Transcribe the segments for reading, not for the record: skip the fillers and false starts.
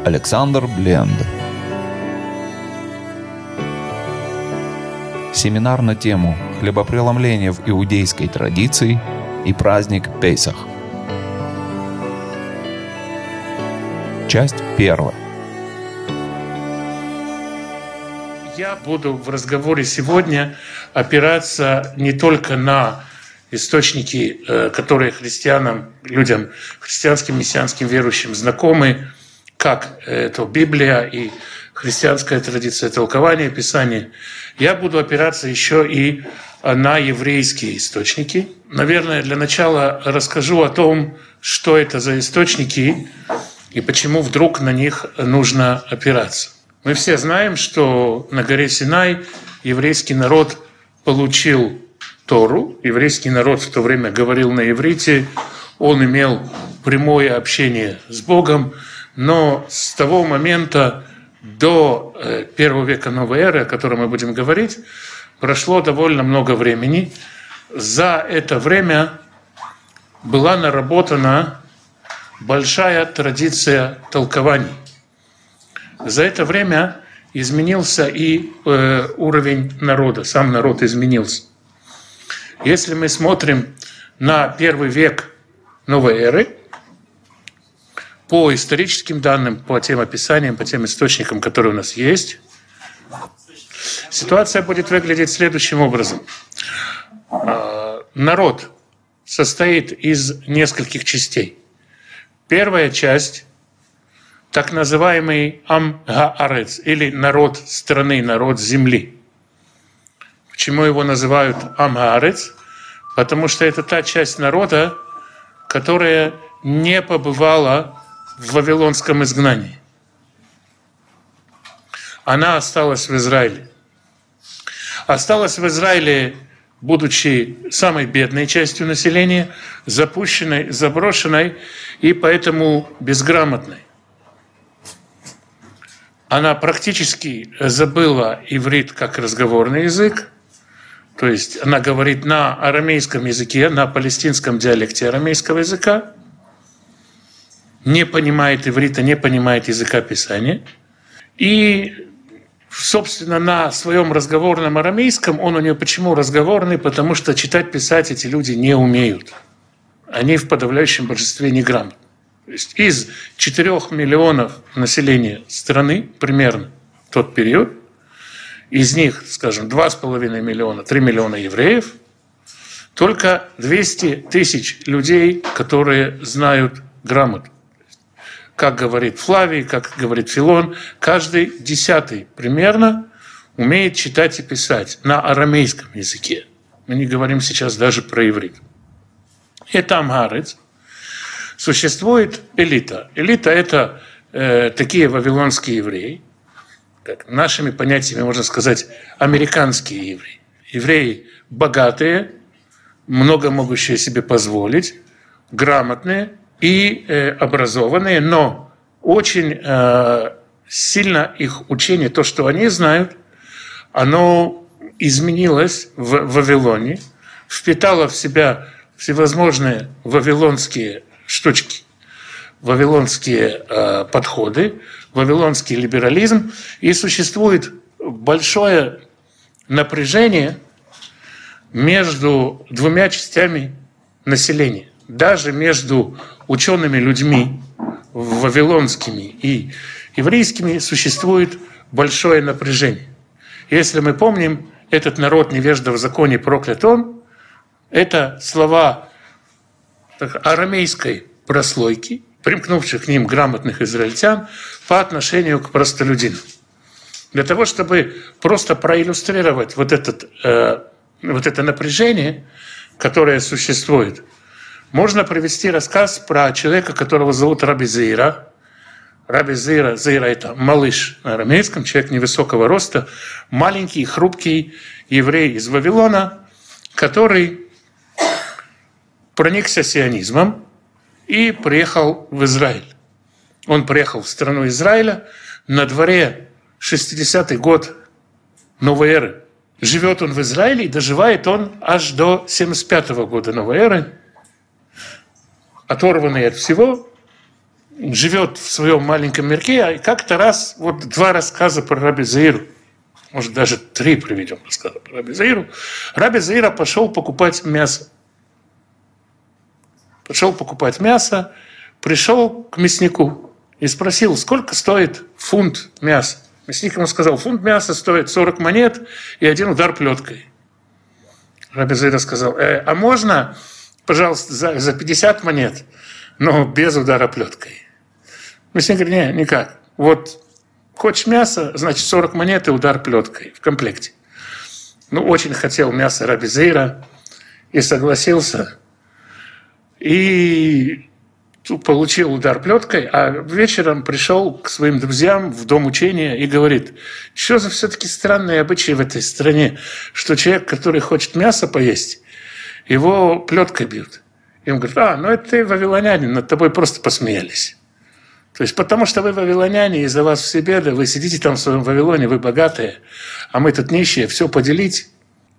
Александр Бленд. Семинар на тему «Хлебопреломление в иудейской традиции» и праздник Песах. Часть 1. Я буду в разговоре сегодня опираться не только на источники, которые христианам, людям, христианским, мессианским верующим знакомы, как это Библия и христианская традиция толкования Писания. Я буду опираться еще и на еврейские источники. Наверное, для начала расскажу о том, что это за источники и почему вдруг на них нужно опираться. Мы все знаем, что на горе Синай еврейский народ получил Тору. Еврейский народ в то время говорил на иврите, он имел прямое общение с Богом, но с того момента до первого века новой эры, о котором мы будем говорить, прошло довольно много времени. За это время была наработана большая традиция толкований. За это время изменился и уровень народа, сам народ изменился. Если мы смотрим на первый век новой эры, по историческим данным, по тем описаниям, по тем источникам, которые у нас есть, ситуация будет выглядеть следующим образом. Народ состоит из нескольких частей. Первая часть – так называемый Ам-Га-Арец, или народ страны, народ земли. Почему его называют Ам-Га-Арец? Потому что это та часть народа, которая не побывала в вавилонском изгнании. Она осталась в Израиле. Осталась в Израиле, будучи самой бедной частью населения, запущенной, заброшенной и поэтому безграмотной. Она практически забыла иврит как разговорный язык, то есть она говорит на арамейском языке, на палестинском диалекте арамейского языка, не понимает иврита, не понимает языка Писания. И, собственно, на своем разговорном арамейском, он у нее почему разговорный? Потому что читать, писать эти люди не умеют. Они в подавляющем большинстве неграмотны. То есть из 4 миллионов населения страны, примерно в тот период, из них, скажем, 2,5 миллиона, 3 миллиона евреев, только 200 тысяч людей, которые знают грамоту. Как говорит Флавий, как говорит Филон, каждый 10-й примерно умеет читать и писать на арамейском языке. Мы не говорим сейчас даже про иврит. Это Ам-Га-Арец. Существует элита. Элита – это такие вавилонские евреи, как нашими понятиями можно сказать, американские евреи. Евреи богатые, много могущие себе позволить, грамотные и образованные, но очень сильно их учение, то, что они знают, оно изменилось в Вавилоне, впитало в себя всевозможные вавилонские штучки, вавилонские подходы, вавилонский либерализм, и существует большое напряжение между двумя частями населения. Даже между учеными людьми, вавилонскими и еврейскими, существует большое напряжение. Если мы помним, этот народ невежда в законе проклят он, это слова арамейской прослойки, примкнувших к ним грамотных израильтян по отношению к простолюдинам. Для того, чтобы просто проиллюстрировать вот это напряжение, которое существует, можно привести рассказ про человека, которого зовут Раби Зеира. Раби Зеира, Зеира – это малыш на арамейском, человек невысокого роста, маленький, хрупкий еврей из Вавилона, который проникся сионизмом и приехал в Израиль. Он приехал в страну Израиля, на дворе 60-й год новой эры. Живет он в Израиле, и доживает он аж до 75-го года новой эры, оторванный от всего, живет в своем маленьком мирке, и как-то раз, вот 2 рассказа про Раби Заиру, может, даже 3 приведем рассказа про Раби Заиру. Раби Заира пошел покупать мясо. Пришел к мяснику и спросил, сколько стоит фунт мяса. Мясник ему сказал, фунт мяса стоит 40 монет и 1 удар плеткой. Раби Заира сказал, а можно, пожалуйста, за 50 монет, но без удара плеткой? Мясник говорит, нет, никак. Вот хочешь мясо, значит 40 монет и удар плеткой в комплекте. Ну, очень хотел мясо Раби Заира и согласился. И получил удар плеткой, а вечером пришел к своим друзьям в дом учения и говорит, что за все-таки странные обычаи в этой стране, что человек, который хочет мясо поесть, его плеткой бьют. И он говорит, ну это ты вавилонянин, над тобой просто посмеялись. То есть потому что вы вавилоняне, из-за вас все беды, вы сидите там в своем Вавилоне, вы богатые, а мы тут нищие, все поделить.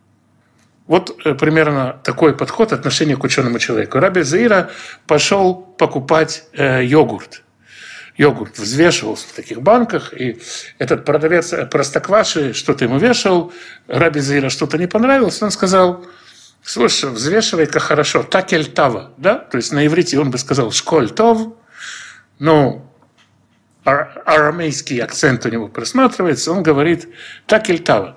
Вот примерно такой подход отношения к ученому человеку. Раби Заира пошел покупать йогурт. Йогурт взвешивался в таких банках, и этот продавец простокваши что-то ему вешал, Раби Заира что-то не понравилось, он сказал, слушай, взвешивай-ка хорошо, такель тава, да? То есть на иврите он бы сказал школь тов, но арамейский акцент у него просматривается, он говорит такель тава.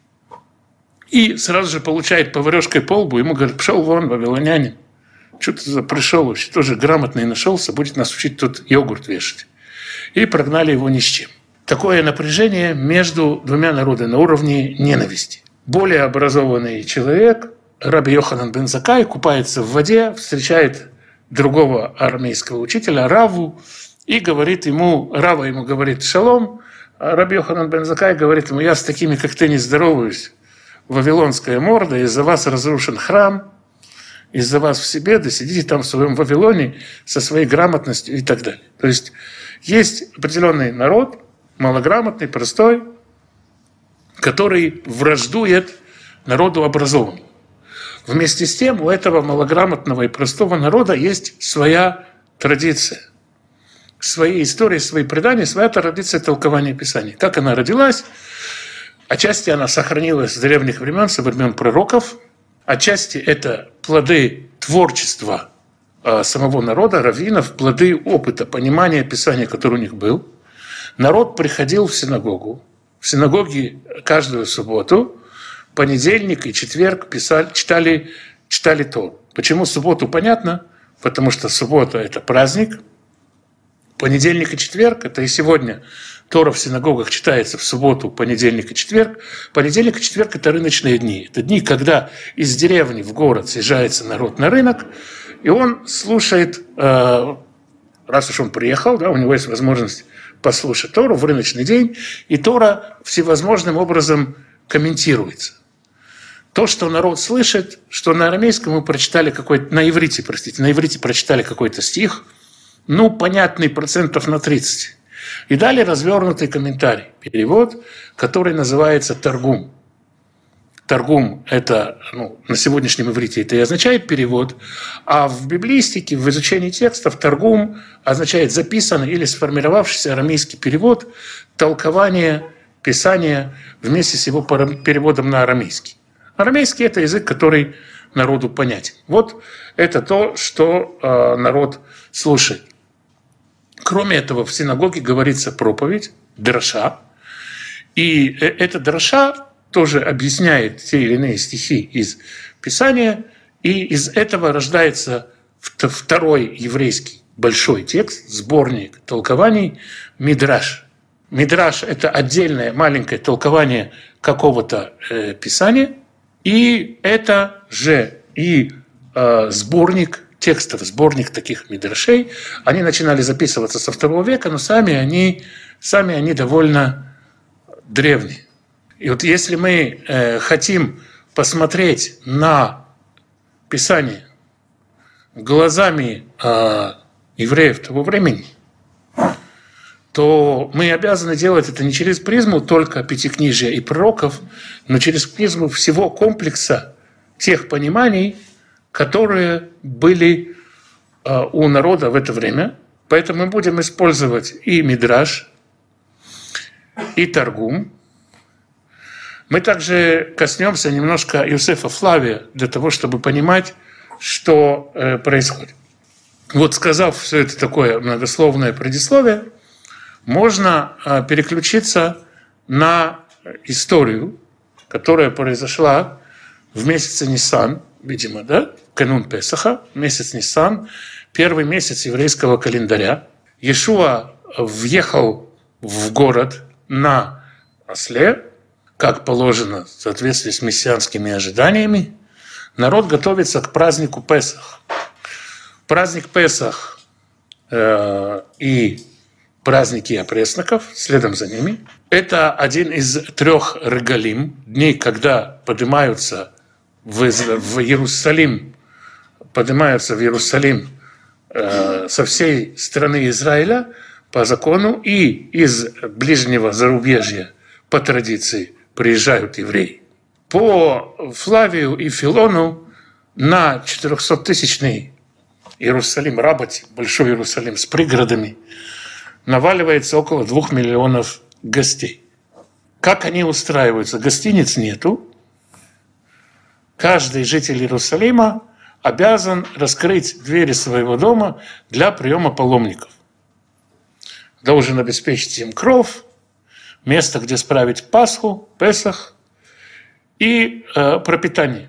И сразу же получает поварешкой по лбу, ему говорят, пошел вон, вавилонянин. Что ты за пришел вообще, тоже грамотный нашелся, будет нас учить тут йогурт вешать. И прогнали его ни с чем. Такое напряжение между 2 народами на уровне ненависти. Более образованный человек, Раби Йоханан бен Заккай, купается в воде, встречает другого армейского учителя, Раву, и говорит ему, Рава ему говорит шалом, а Раби Йоханан бен Заккай говорит ему, я с такими, как ты, не здороваюсь. Вавилонская морда, из-за вас разрушен храм, из-за вас все беды, сидите там в своем Вавилоне со своей грамотностью и так далее. То есть есть определенный народ, малограмотный, простой, который враждует народу образованному. Вместе с тем у этого малограмотного и простого народа есть своя традиция, свои истории, свои предания, своя традиция толкования Писаний. Как она родилась? Отчасти она сохранилась с древних времен, со времен пророков. Отчасти это плоды творчества самого народа, раввинов, плоды опыта, понимания Писания, который у них был. Народ приходил в синагогу. В синагоге каждую субботу, понедельник и четверг читали Тору. Почему субботу? Понятно. Потому что суббота – это праздник. Понедельник и четверг – это и сегодня. Тора в синагогах читается в субботу, понедельник и четверг. Понедельник и четверг – это рыночные дни. Это дни, когда из деревни в город съезжается народ на рынок, и он слушает, раз уж он приехал, да, у него есть возможность послушать Тору в рыночный день, и Тора всевозможным образом комментируется. То, что народ слышит, что на арамейском мы прочитали на иврите прочитали какой-то стих, понятный процентов на 30. И далее развернутый комментарий, перевод, который называется Таргум. Таргум – это, на сегодняшнем иврите это и означает перевод, а в библистике, в изучении текстов Таргум означает записанный или сформировавшийся арамейский перевод, толкование Писания вместе с его переводом на арамейский. Арамейский – это язык, который народу понятен. Вот это то, что народ слушает. Кроме этого, в синагоге говорится проповедь, драша. И эта драша тоже объясняет те или иные стихи из Писания. И из этого рождается второй еврейский большой текст, сборник толкований Мидраш. Мидраш – это отдельное маленькое толкование какого-то Писания. И это же и сборник текстов, сборник таких мидрашей. Они начинали записываться со II века, но сами они довольно древние. И вот если мы хотим посмотреть на Писание глазами евреев того времени, то мы обязаны делать это не через призму только Пятикнижия и пророков, но через призму всего комплекса тех пониманий, которые были у народа в это время, Поэтому мы будем использовать и Мидраш, и Таргум. Мы также коснемся немножко Иосифа Флавия для того, чтобы понимать, что происходит. Вот сказав все это такое многословное предисловие, можно переключиться на историю, которая произошла в месяце Нисан, видимо, да, канун Песаха, месяц Нисан, первый месяц еврейского календаря. Иешуа въехал в город на осле, как положено в соответствии с мессианскими ожиданиями. Народ готовится к празднику Песах. Праздник Песах и праздники опресноков, следом за ними. Это один из 3 регалим, дней, когда поднимаются в Иерусалим со всей страны Израиля по закону и из ближнего зарубежья по традиции приезжают евреи. По Флавию и Филону на 400-тысячный Иерусалим, Рабати, Большой Иерусалим с пригородами, наваливается около 2 миллионов гостей. Как они устраиваются? Гостиниц нету. Каждый житель Иерусалима обязан раскрыть двери своего дома для приема паломников. Должен обеспечить им кров, место, где справить Пасху, Песах и пропитание.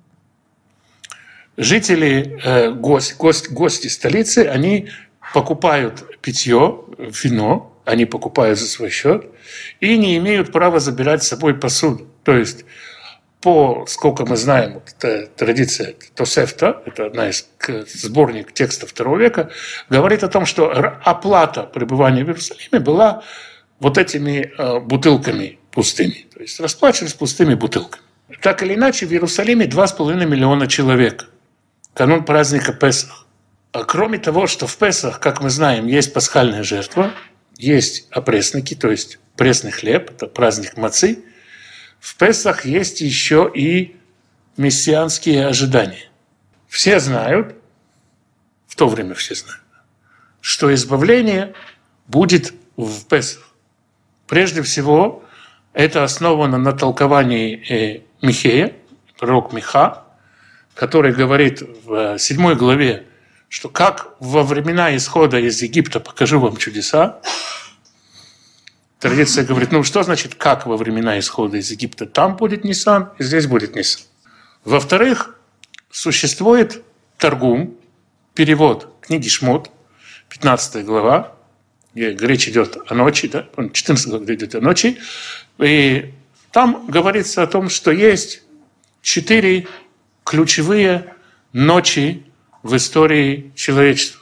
Жители, гости столицы, они покупают питье, вино, они покупают за свой счет и не имеют права забирать с собой посуду. То есть, сколько мы знаем, вот эта традиция Тосефта, это одна из сборник текстов II века, говорит о том, что оплата пребывания в Иерусалиме была вот этими бутылками пустыми. То есть расплачивались пустыми бутылками. Так или иначе, в Иерусалиме 2,5 миллиона человек. Канун праздника Песах. А кроме того, что в Песах, как мы знаем, есть пасхальная жертва, есть опресноки, то есть пресный хлеб, это праздник мацы, в Песах есть еще и мессианские ожидания. Все знают, в то время все знают, что избавление будет в Песах. Прежде всего, это основано на толковании Михея, пророк Миха, который говорит в 7 главе, что как во времена исхода из Египта покажу вам чудеса. Традиция говорит, что значит как во времена исхода из Египта? Там будет Нисан, и здесь будет Нисан. Во-вторых, существует Таргум, перевод книги Шмот, 15 глава, где речь идет о ночи, да? 14 глава идет о ночи, и там говорится о том, что есть 4 ключевые ночи в истории человечества.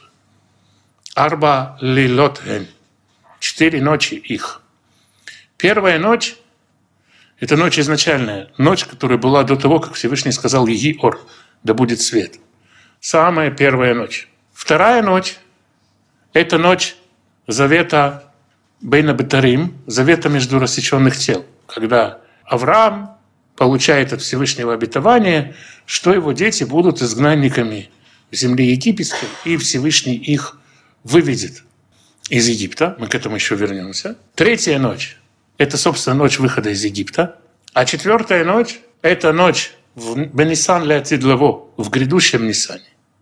Арба лилотхен. 4 ночи их. Первая ночь – это ночь изначальная, ночь, которая была до того, как Всевышний сказал «Еги ор», да будет свет. Самая первая ночь. Вторая ночь – это ночь завета Бейна Бетарим, завета между рассеченных тел, когда Авраам получает от Всевышнего обетование, что его дети будут изгнанниками в земле египетской, и Всевышний их выведет из Египта. Мы к этому еще вернемся. Третья ночь – это, собственно, ночь выхода из Египта. А 4-я ночь – это ночь в Бенисан Леатидлаво, в грядущем Нисане,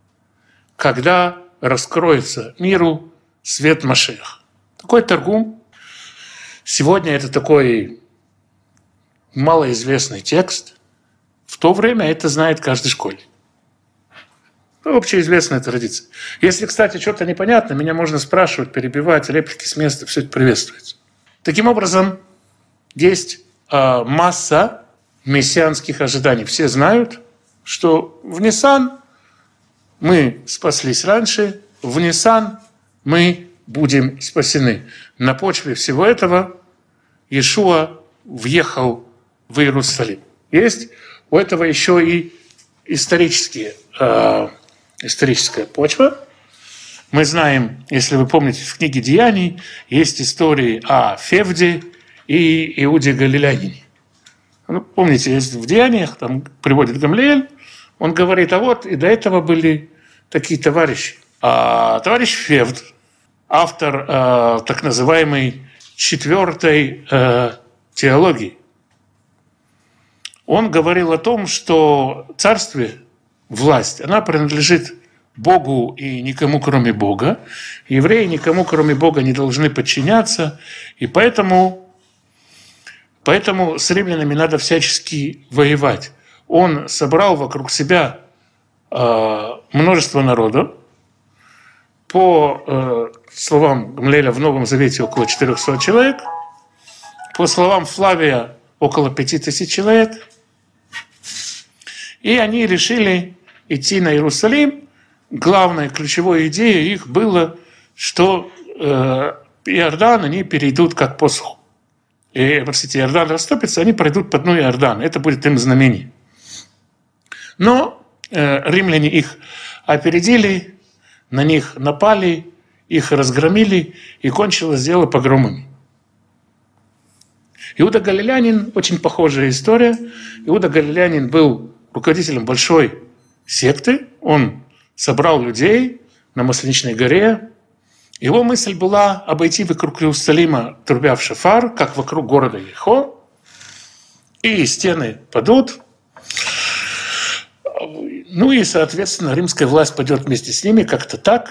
когда раскроется миру свет Машиах. Такой Таргум. Сегодня это такой малоизвестный текст. В то время это знает каждый школьник. Общеизвестная традиция. Если, кстати, что-то непонятно, меня можно спрашивать, перебивать, реплики с места, все это приветствуется. Таким образом, есть масса мессианских ожиданий. Все знают, что в Нисан мы спаслись раньше, в Нисан мы будем спасены. На почве всего этого Иешуа въехал в Иерусалим. Есть у этого еще и историческая почва. Мы знаем, если вы помните, в книге «Деяний» есть истории о Февде и Иуде Галилеянине. Помните, есть в «Деяниях», там приводит Гамлиэль, он говорит, а вот и до этого были такие товарищи. А товарищ Февд автор так называемой четвертой теологии. Он говорил о том, что царствие, власть, она принадлежит Богу и никому, кроме Бога. Евреи никому, кроме Бога, не должны подчиняться. И поэтому с римлянами надо всячески воевать. Он собрал вокруг себя множество народов. По словам Гамлиэля в Новом Завете около 400 человек. По словам Флавия около 5000 человек. И они решили идти на Иерусалим. Главная, ключевая идея их была, что Иордан они перейдут как посуху. И, простите, Иордан растопится, они пройдут по дну Иордана. Это будет им знамение. Но римляне их опередили, на них напали, их разгромили, и кончилось дело погромами. Иуда Галилянин, очень похожая история. Иуда Галилянин был руководителем большой секты. Он собрал людей на Масленичной горе. Его мысль была обойти вокруг Иерусалима, трубя в шафар, как вокруг города Ерихо. И стены падут. Ну и, соответственно, римская власть пойдет вместе с ними, как-то так.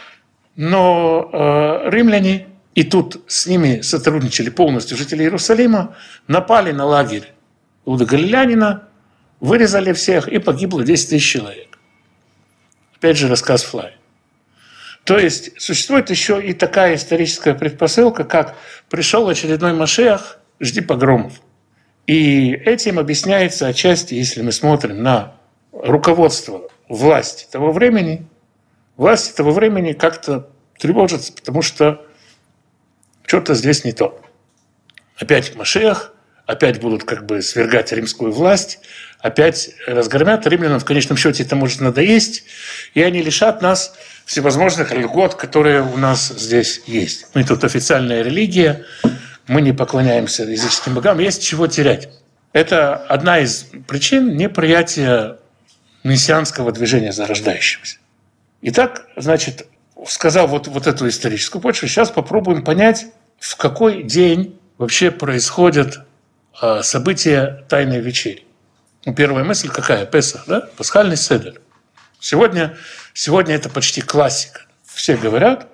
Но римляне, и тут с ними сотрудничали полностью жители Иерусалима, напали на лагерь Иуда Галилянина, вырезали всех, и погибло 10 000 человек. Опять же, рассказ Флай. То есть существует еще и такая историческая предпосылка, как пришел очередной Машиах, жди погромов. И этим объясняется отчасти, если мы смотрим на руководство власти того времени как-то тревожится, потому что что-то здесь не то. Опять Машиах, опять будут как бы свергать римскую власть, опять разгромят. Римлянам в конечном счете это может надоесть, и они лишат нас всевозможных льгот, которые у нас здесь есть. Мы тут официальная религия, мы не поклоняемся языческим богам, есть чего терять. Это одна из причин неприятия мессианского движения зарождающегося. Итак, значит, сказал вот эту историческую почву, сейчас попробуем понять, в какой день вообще происходят события Тайной вечери. Первая мысль какая? Песах, да? Пасхальный седер. Сегодня это почти классика. Все говорят,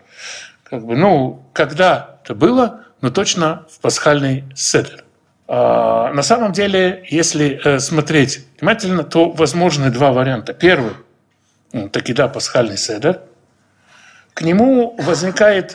когда это было, но точно в пасхальный седер. На самом деле, если смотреть внимательно, то возможны два варианта. Первый, таки да, пасхальный седер. К нему возникает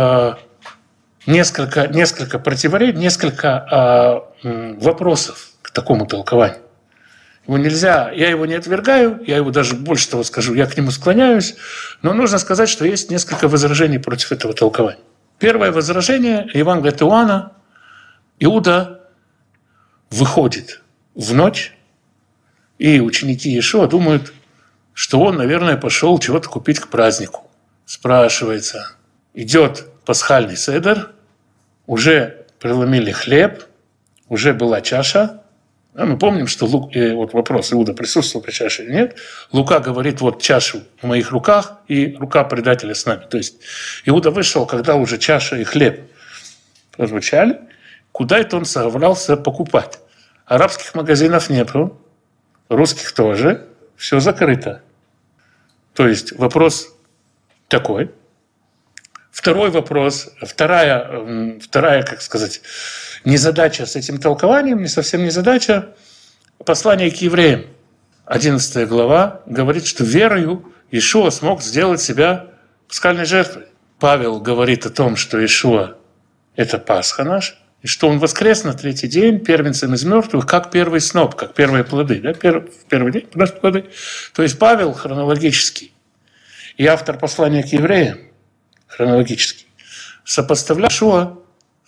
несколько противоречий, несколько вопросов к такому толкованию. Его нельзя, я его не отвергаю, я его даже больше того скажу, я к нему склоняюсь, но нужно сказать, что есть несколько возражений против этого толкования. Первое возражение Евангелия от Иоанна. Иуда выходит в ночь, и ученики Иешуа думают, что он, наверное, пошел чего-то купить к празднику. Спрашивается, идет пасхальный седер, уже преломили хлеб, уже была чаша. Мы помним, что вот вопрос, Иуда присутствовал при чаше или нет. Лука говорит, вот чашу в моих руках, и рука предателя с нами. То есть Иуда вышел, когда уже чаша и хлеб прозвучали. Куда это он собрался покупать? Арабских магазинов нету, русских тоже, все закрыто. То есть вопрос такой. Второй вопрос, вторая, как сказать, незадача с этим толкованием, не совсем незадача. Послание к евреям, 11 глава, говорит, что верою Иешуа смог сделать себя пасхальной жертвой. Павел говорит о том, что Иешуа – это Пасха наш, и что он воскрес на третий день первенцем из мертвых, как первый сноп, как первые плоды. Да? Первый день приносят плоды. То есть Павел хронологически и автор послания к евреям хронологически сопоставлял Иешуа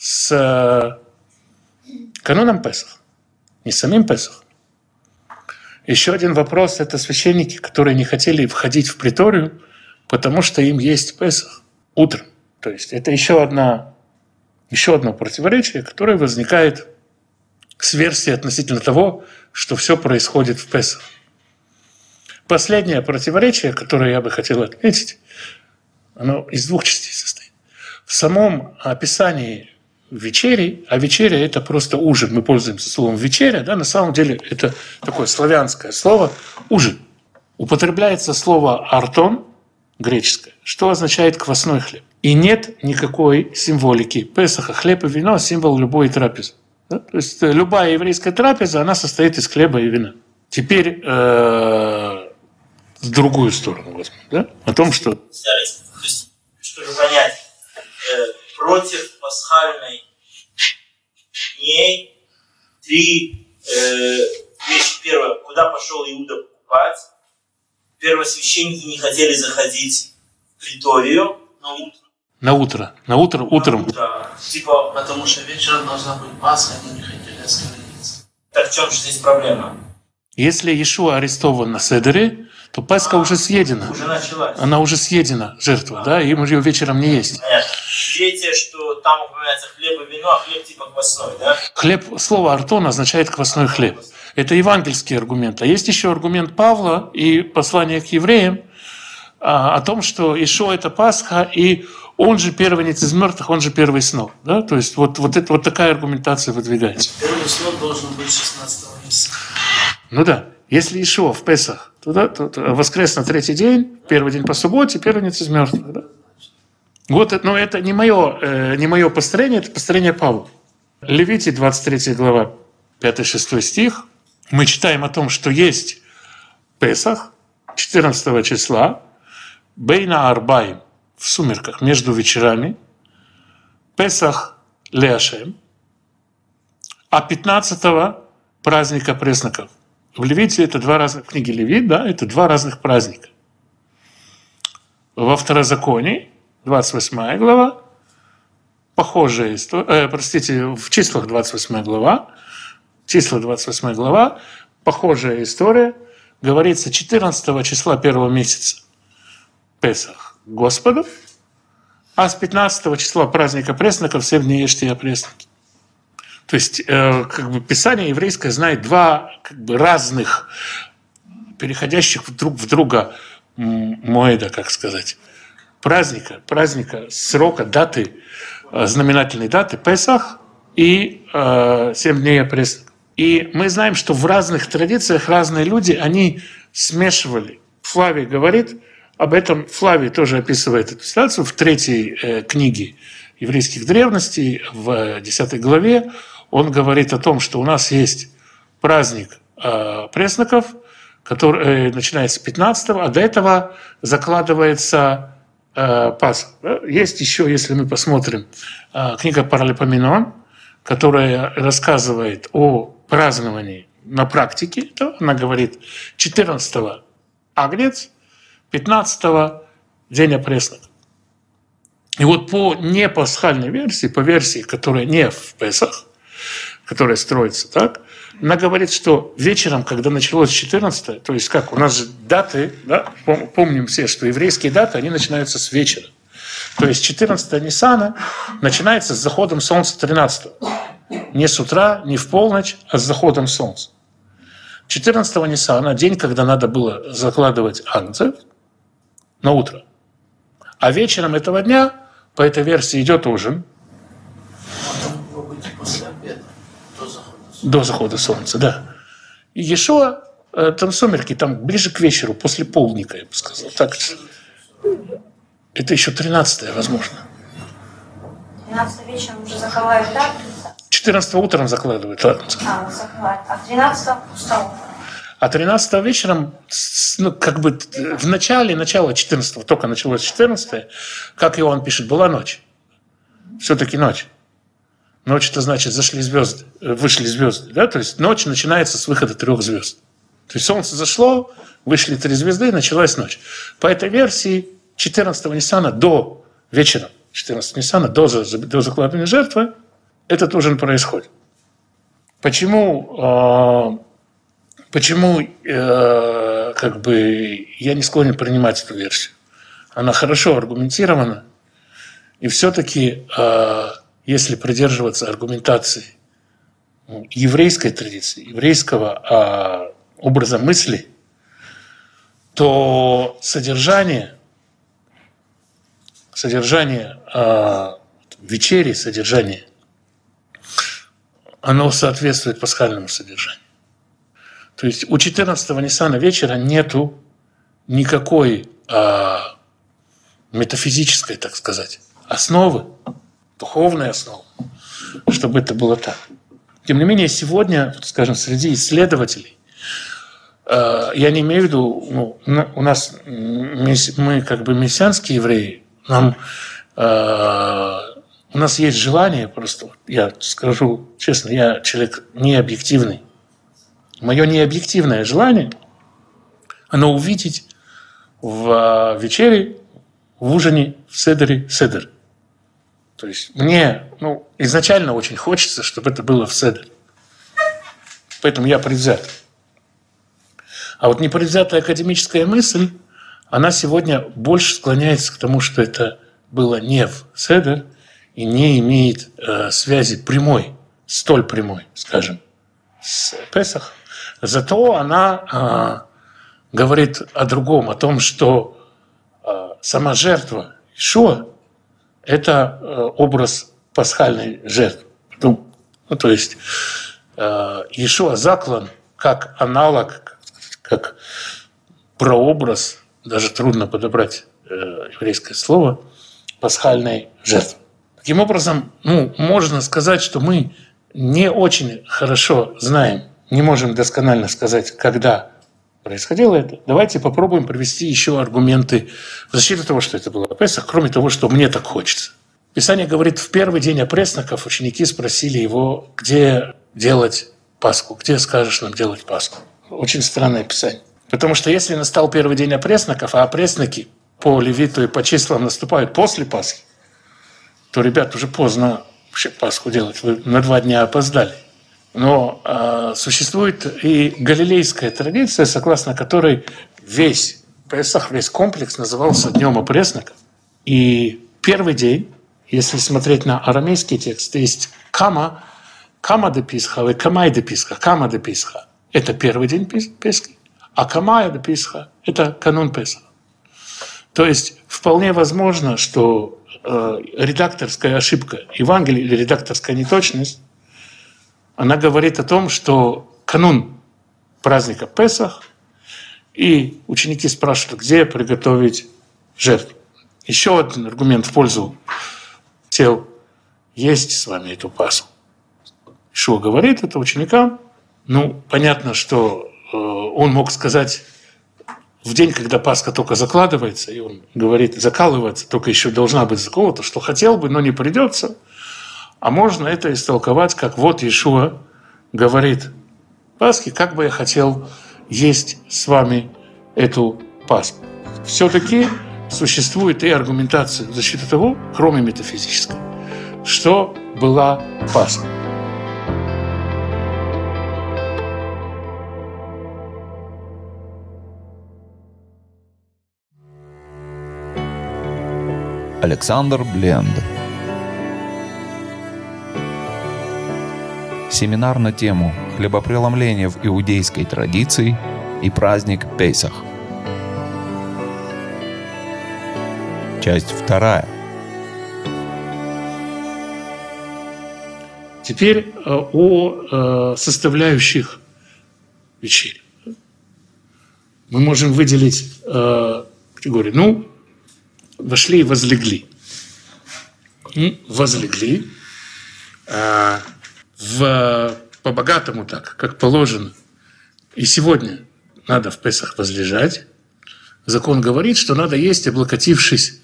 с каноном Песах, не самим Песах. Еще один вопрос – это священники, которые не хотели входить в приторию, потому что им есть Песах утром. То есть это еще одно противоречие, которое возникает с версией относительно того, что все происходит в Песах. Последнее противоречие, которое я бы хотел отметить, оно из двух частей состоит. в самом описании вечери, а вечеря – это просто ужин, мы пользуемся словом вечеря, да, на самом деле это такое славянское слово ужин. Употребляется слово артон, греческое, что означает квасной хлеб. И нет никакой символики Песаха. Хлеб и вино – символ любой трапезы. Да? То есть любая еврейская трапеза, она состоит из хлеба и вина. Теперь в другую сторону возьмем, да? О том, что… То есть, чтобы понять, против пасхальной дней три вещи. Первое, куда пошел Иуда покупать. Первосвященники не хотели заходить в приторию на утро. Утром. Да. Типа, потому что вечером должна быть Пасха, они не хотели оскверниться. Так в чем же здесь проблема? Если Иешуа арестован на Седере, то Пасха уже съедена. Уже началась. Она уже съедена, жертва, да, и ее вечером не есть. Понятно. Третье, что там упоминается хлеб и вино, а хлеб типа квасной, да? Хлеб, слово «артон» означает «квасной хлеб». Это евангельский аргумент. А есть еще аргумент Павла и послание к евреям о том, что Иешуа – это Пасха, и он же первенец из мертвых, он же первый снов. Да? То есть вот такая аргументация выдвигается. Первый снов должен быть 16 месяца. Ну да. Если Иешуа в Песах, то воскрес на третий день, первый день по субботе, первенец из мертвых. Да? Вот, но это не мое построение, это построение Павла. Левитий, 23 глава, 5-6 стих. Мы читаем о том, что есть Песах 14 числа, Бейна Арбаим, в сумерках, между вечерами, Песах Леашем, а 15-го праздника пресноков. В Левите это два разных, в книге Левит, да, это два разных праздника. Во Второзаконии, 28 глава, похожая история, в числах 28 глава, похожая история, говорится 14 числа первого месяца Песах Господу, а с 15 числа праздника пресноков 7 дней ешьте и опресники. То есть Писание еврейское знает два разных, переходящих друг в друга моэда, как сказать, праздника, срока, даты, знаменательной даты Песах и 7 дней опресноков. И мы знаем, что в разных традициях разные люди, они смешивали. Флавий говорит об этом, Флавий тоже описывает эту ситуацию в 3 книге еврейских древностей, в 10 главе. Он говорит о том, что у нас есть праздник пресноков, который начинается 15-го, а до этого закладывается Пасха. Есть еще, если мы посмотрим, книга Паралипоменон, которая рассказывает о праздновании на практике. То она говорит 14-го агнец, 15-го день опресноков. И вот по непасхальной версии, по версии, которая не в Песах, которая строится так, она говорит, что вечером, когда началось 14, то есть как, у нас же даты, да, помним все, что еврейские даты, они начинаются с вечера. То есть 14 Ниссана начинается с заходом солнца 13. Не с утра, не в полночь, а с заходом солнца. 14 Ниссана, день, когда надо было закладывать агнцев, на утро. А вечером этого дня, по этой версии, идет ужин. До захода солнца, да. И Иешуа, там сумерки, там ближе к вечеру, после полдника, я бы сказал. Так, это еще 13-е, возможно. 13 вечером уже закрывают, да? 14 утром закладывают. Закрывают. А 13 пустого. А 13 вечером, в начало 14 только началось 14, как Иоанн пишет, была ночь. Все-таки ночь. Ночь – это значит, вышли звезды. Да? То есть ночь начинается с выхода 3 звезд. То есть солнце зашло, вышли 3 звезды, началась ночь. По этой версии 14 Ниссана до вечера, 14 Ниссана до закладывания жертвы, этот ужин происходит. Почему я не склонен принимать эту версию? Она хорошо аргументирована, и все-таки если придерживаться аргументации еврейской традиции, еврейского образа мысли, то содержание вечери содержание, оно соответствует пасхальному содержанию. То есть у 14-го Ниссана вечера нету никакой метафизической, так сказать, основы, духовной основы, чтобы это было так. Тем не менее, сегодня, скажем, среди исследователей, я не имею в виду, у нас, мы как бы мессианские евреи, у нас есть желание, просто я скажу честно, я человек необъективный. Мое необъективное желание, оно увидеть в вечере, в ужине, в седере, седер. То есть мне изначально очень хочется, чтобы это было в седере. Поэтому я предвзят. А вот непредвзятая академическая мысль, она сегодня больше склоняется к тому, что это было не в седер и не имеет связи прямой, столь прямой, скажем, с Песах. Зато она говорит о другом, о том, что сама жертва Иешуа – это образ пасхальной жертвы. То есть Иешуа заклан как аналог, как прообраз, даже трудно подобрать еврейское слово, пасхальной жертвы. Таким образом, можно сказать, что мы не очень хорошо знаем, не можем досконально сказать, когда происходило это. Давайте попробуем привести еще аргументы в защиту того, что это было Песах, кроме того, что мне так хочется. Писание говорит, в первый день опресноков ученики спросили его, где делать Пасху, где скажешь нам делать Пасху. Очень странное Писание. Потому что если настал первый день опресноков, а опресноки по Левиту и по числам наступают после Пасхи, то, ребят, уже поздно вообще Пасху делать. Вы на 2 дня опоздали. Но существует и галилейская традиция, согласно которой весь Песах, весь комплекс назывался Днем опресноков. И первый день, если смотреть на арамейский текст, есть кама де Писха, и камай де Писха, кама де Писха. Это первый день Песхи, а камай де Писха – это канун Песха. То есть вполне возможно, что редакторская ошибка Евангелия или редакторская неточность, она говорит о том, что канун праздника Песах, и ученики спрашивают, где приготовить жертву. Еще один аргумент в пользу тел есть с вами эту Пасху. Иешуа говорит это ученикам. Понятно, что он мог сказать в день, когда Пасха только закладывается, и он говорит, закалывается, только еще должна быть заколота, что хотел бы, но не придется. А можно это истолковать, как вот Иешуа говорит Пасхе, как бы я хотел есть с вами эту Пасху. Все-таки существует и аргументация в защиту того, кроме метафизической, что была Пасха. Александр Бленд. Семинар на тему «Хлебопреломление в иудейской традиции» и праздник Песах. Часть 2. Теперь о составляющих вечери. Мы можем выделить категории. Вошли и возлегли. Возлегли. По-богатому так, как положено. И сегодня надо в Песах возлежать. Закон говорит, что надо есть, облокотившись,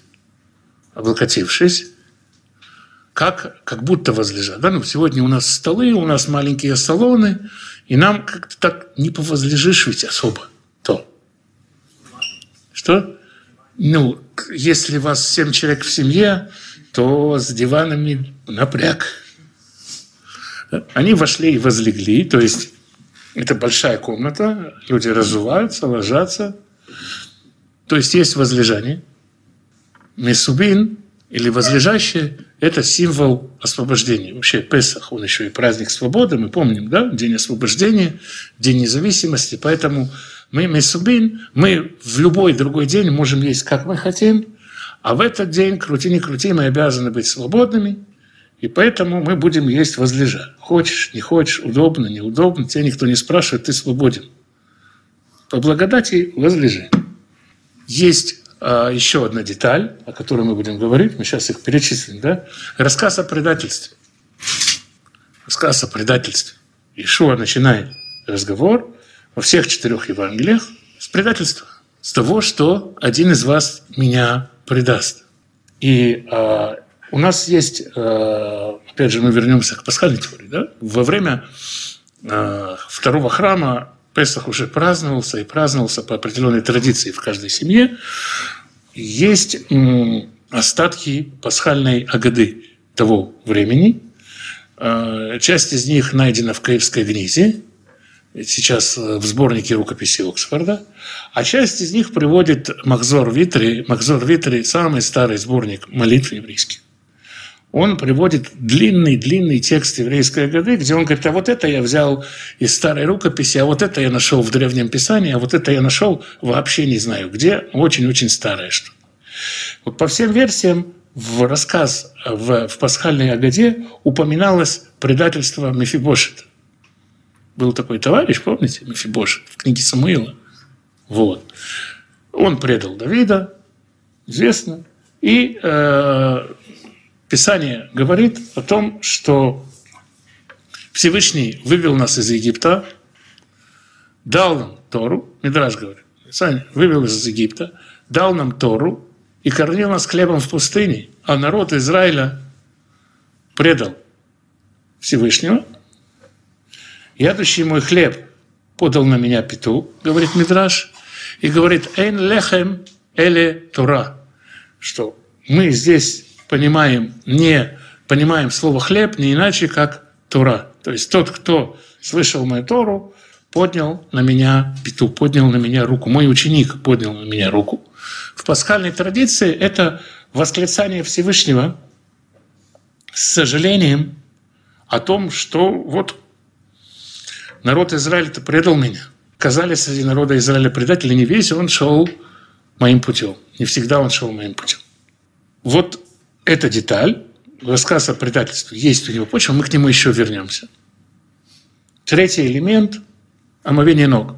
как будто возлежать. Сегодня у нас столы, у нас маленькие салоны, и нам как-то так не повозлежишь ведь особо. То. Что? Если вас 7 человек в семье, то с диванами напряг. Они вошли и возлегли, то есть это большая комната, люди разуваются, ложатся. То есть есть возлежание. Месубин или возлежащее – это символ освобождения. Вообще Песах, он еще и праздник свободы, мы помним, да? День освобождения, День независимости, поэтому мы месубин, мы в любой другой день можем есть, как мы хотим, А в этот день, крути не крути, мы обязаны быть свободными, и поэтому мы будем есть возлежа. Хочешь, не хочешь, удобно, неудобно, тебя никто не спрашивает, ты свободен. По благодати возлежи. Есть еще одна деталь, о которой мы будем говорить, мы сейчас их перечислим, да? Рассказ о предательстве. Рассказ о предательстве. Иешуа начинает разговор во всех 4 Евангелиях с предательства. С того, что один из вас меня предаст. И у нас есть, опять же, мы вернемся к пасхальной теории, да? Во время второго храма Песах уже праздновался, и праздновался по определенной традиции в каждой семье. Есть остатки пасхальной агады того времени. Часть из них найдена в Киевской Гнизе, сейчас в сборнике рукописей Оксфорда, а часть из них приводит Махзор Витри. Махзор Витри – самый старый сборник молитв еврейских. Он приводит длинный текст еврейской агады, где он говорит, а вот это я взял из старой рукописи, а вот это я нашел в Древнем Писании, а вот это я нашел вообще не знаю где, очень-очень старое что-то. Вот по всем версиям в рассказ в пасхальной агаде упоминалось предательство Мефибошета. Был такой товарищ, помните, Мефибошет, в книге Самуила. Вот. Он предал Давида, известно, и Писание говорит о том, что Всевышний вывел нас из Египта, дал нам Тору, Мидраш говорит, Писание вывел из Египта, дал нам Тору и кормил нас хлебом в пустыне, а народ Израиля предал Всевышнего. Ядущий мой хлеб подал на меня петух, говорит Мидраш, и говорит, «Эйн лехем эле Тора», что мы здесь не понимаем слово «хлеб» не иначе, как Тора. То есть тот, кто слышал мою Тору, поднял на меня петух, поднял на меня руку. Мой ученик поднял на меня руку. В пасхальной традиции это восклицание Всевышнего с сожалением о том, что вот народ Израиля-то предал меня. Оказались среди народа Израиля предатели, не весь он шел моим путем. Не всегда он шел моим путем. Вот эта деталь, рассказ о предательстве, есть у него почва, мы к нему еще вернемся. Третий элемент – омовение ног.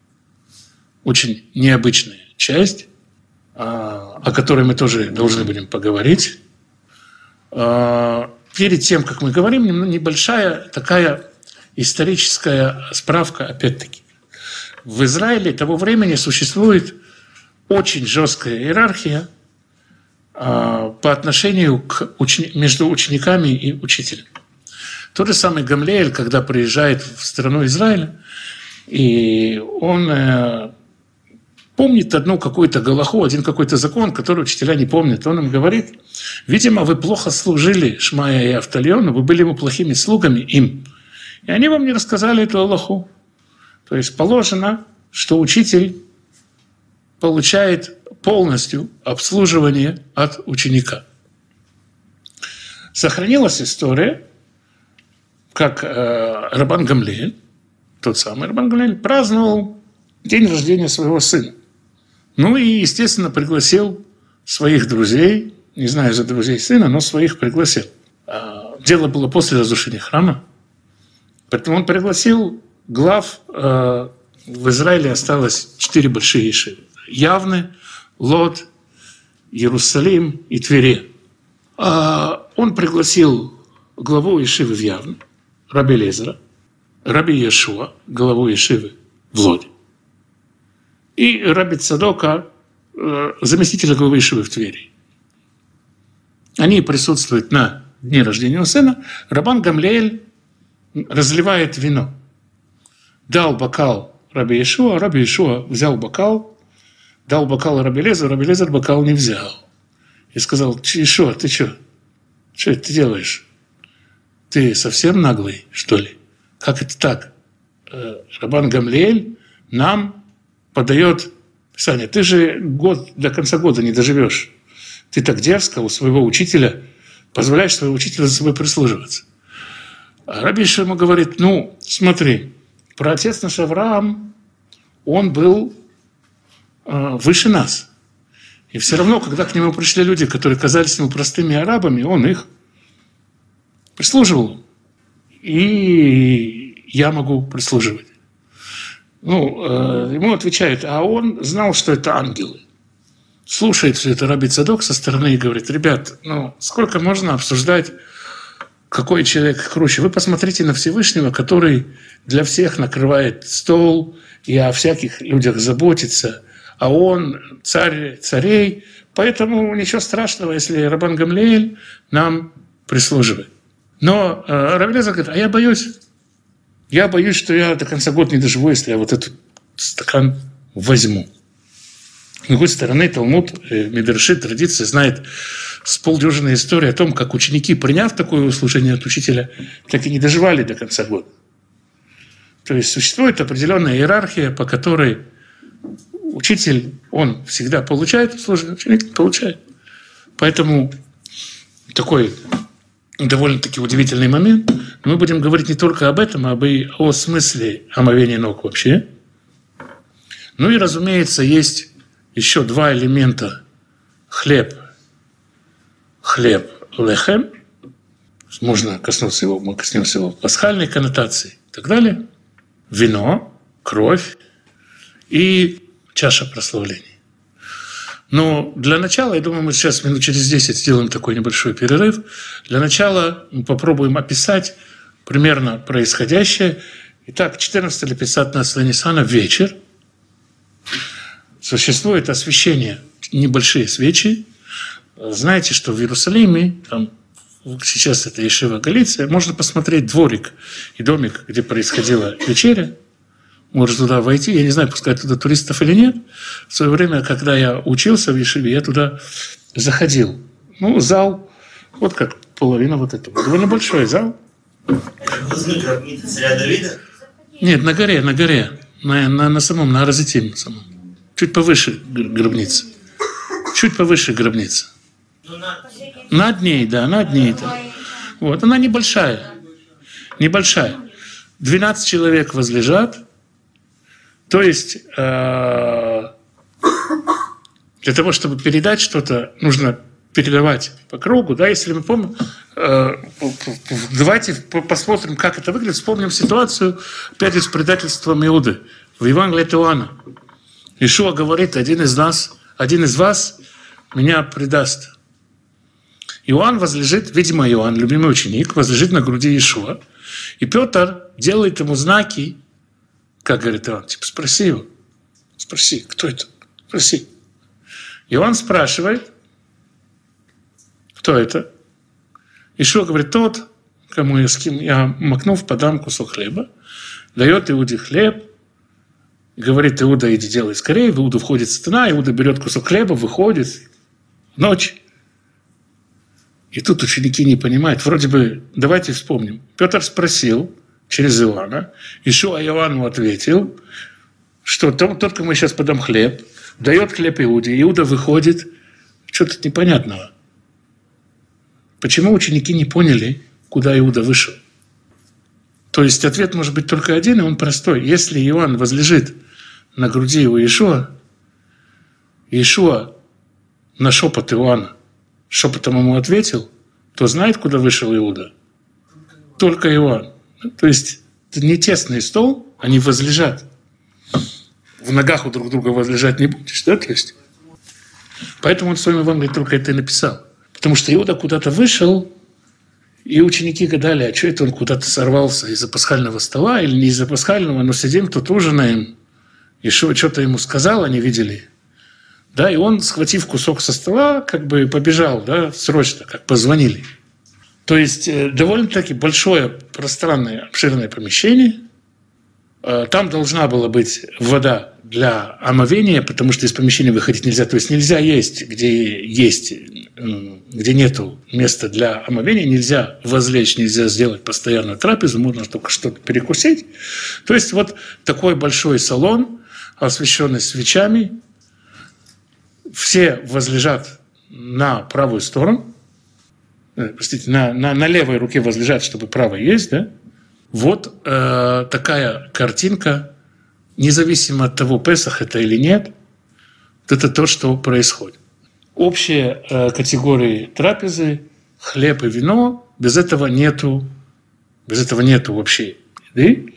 Очень необычная часть, о которой мы тоже должны будем поговорить. Перед тем, как мы говорим, небольшая такая историческая справка, опять-таки. В Израиле того времени существует очень жесткая иерархия по отношению между учениками и учителем. Тот же самый Гамлиэль, когда приезжает в страну Израиля, и он помнит одну какую-то галаху, один какой-то закон, который учителя не помнят. Он им говорит, видимо, вы плохо служили Шмая и Автальону, вы были ему плохими слугами им. И они вам не рассказали эту галаху. То есть положено, что учитель получает полностью обслуживание от ученика. Сохранилась история, как Рабан Гамлиэль, тот самый Рабан Гамлиэль, праздновал день рождения своего сына. Ну и, естественно, пригласил своих друзей, не знаю за друзей сына, но своих пригласил. Дело было после разрушения храма, поэтому он пригласил глав. В Израиле осталось 4 большие ешивы. Явны, Лод, Иерусалим и Твери. Он пригласил главу ешивы в Явне, Раби Элиэзера, Раби Йешуа, главу ешивы в Лоде, и Раби Цадока, заместителя главы ешивы в Твери. Они присутствуют на дне рождения сына. Рабан Гамлиэль разливает вино. Дал бокал Раби Йешуа взял бокал, дал бокал Раби Элиэзер бокал не взял. И сказал, Йешуа, ты что? Что это ты делаешь? Ты совсем наглый, что ли? Как это так? Рабан Гамлиэль нам подает Писание. Ты же до конца года не доживешь. Ты так дерзко у своего учителя позволяешь своему учителю за собой прислуживаться. А Раби Йешуа ему говорит, ну, смотри, праотец наш Авраам, он был выше нас. И все равно, когда к нему пришли люди, которые казались ему простыми арабами, он их прислуживал. И я могу прислуживать. Ему отвечают, а он знал, что это ангелы. Слушает все это Раби Цадок со стороны и говорит, ребят, сколько можно обсуждать, какой человек круче? Вы посмотрите на Всевышнего, который для всех накрывает стол и о всяких людях заботится, а он царь царей, поэтому ничего страшного, если Рабан Гамлиэль нам прислуживает. Но Рав Элиэзер говорит, а я боюсь, что я до конца года не доживу, если я вот этот стакан возьму. С другой стороны, Талмуд, Мидраши, традиция знает с полдюжины историй о том, как ученики, приняв такое служение от учителя, так и не доживали до конца года. То есть существует определенная иерархия, по которой учитель, он всегда получает служение, ученик не получает. Поэтому такой довольно-таки удивительный момент. Мы будем говорить не только об этом, а и о смысле омовения ног вообще. И, разумеется, есть еще два элемента. Хлеб лехем. Можно коснуться его, мы коснемся его пасхальной коннотации и так далее. Вино, кровь и чаша прославления. Но для начала, я думаю, мы сейчас минут через 10 сделаем такой небольшой перерыв. Для начала мы попробуем описать примерно происходящее. Итак, 14 или 15 Ниссана вечер. Существует освещение, небольшие свечи. Знаете, что в Иерусалиме, там сейчас это Ешива Галиция, можно посмотреть дворик и домик, где происходила вечеря. Можешь туда войти. Я не знаю, пускать туда туристов или нет. В свое время, когда я учился в Ешиве, я туда заходил. Зал, вот как половина вот этого. Довольно большой зал. Это глазные гробницы царя Давида? Нет, на горе. На самом, на Ар-Азитим самом. Чуть повыше гробницы. Чуть повыше гробницы. Над ней, да, над ней. Да. Вот, она небольшая. 12 человек возлежат. То есть для того, чтобы передать что-то, нужно передавать по кругу. Да, если мы помним, давайте посмотрим, как это выглядит. Вспомним ситуацию, опять же, с предательством Иуды. В Евангелии от Иоанна. Иешуа говорит, один из вас меня предаст. Иоанн возлежит, видимо, Иоанн, любимый ученик, возлежит на груди Иешуа. И Петр делает ему знаки, как говорит Иоанн, спроси его. Спроси, кто это? Спроси. Иоанн спрашивает, кто это? Иешуа говорит, тот, с кем я макнув, подам кусок хлеба, дает Иуде хлеб, говорит, Иуда, иди делай скорее. В Иуду входит сатана, Иуда берет кусок хлеба, выходит ночь. И тут ученики не понимают. Вроде бы, давайте вспомним. Петр спросил через Иоанна, Иешуа Иоанну ответил, что тот, кому я сейчас подам хлеб, дает хлеб Иуде, Иуда выходит. Что-то непонятного. Почему ученики не поняли, куда Иуда вышел? То есть ответ может быть только один, и он простой. Если Иоанн возлежит на груди у Иешуа, Иешуа на шепот Иоанна шепотом ему ответил, то знает, куда вышел Иуда? Только Иоанн. То есть это не тесный стол, они возлежат. В ногах у друг друга возлежать не будешь, да? То есть, поэтому он в своем Евангелии только это и написал. Потому что Иуда куда-то вышел, и ученики гадали, а что это он куда-то сорвался из-за пасхального стола или не из-за пасхального, но сидим тут ужинаем. Иешуа что-то ему сказал, они видели. Да, и он, схватив кусок со стола, как бы побежал, да, срочно, как позвонили. То есть довольно-таки большое, пространное, обширное помещение. Там должна была быть вода для омовения, потому что из помещения выходить нельзя. То есть нельзя есть, где нету места для омовения, нельзя возлечь, нельзя сделать постоянную трапезу, можно только что-то перекусить. То есть вот такой большой салон, освещенный свечами, все возлежат на правую сторону, на левой руке возлежат, чтобы правая есть, да? Вот такая картинка, независимо от того, Песах это или нет, это то, что происходит. общие категории трапезы, хлеб и вино, без этого нету вообще еды.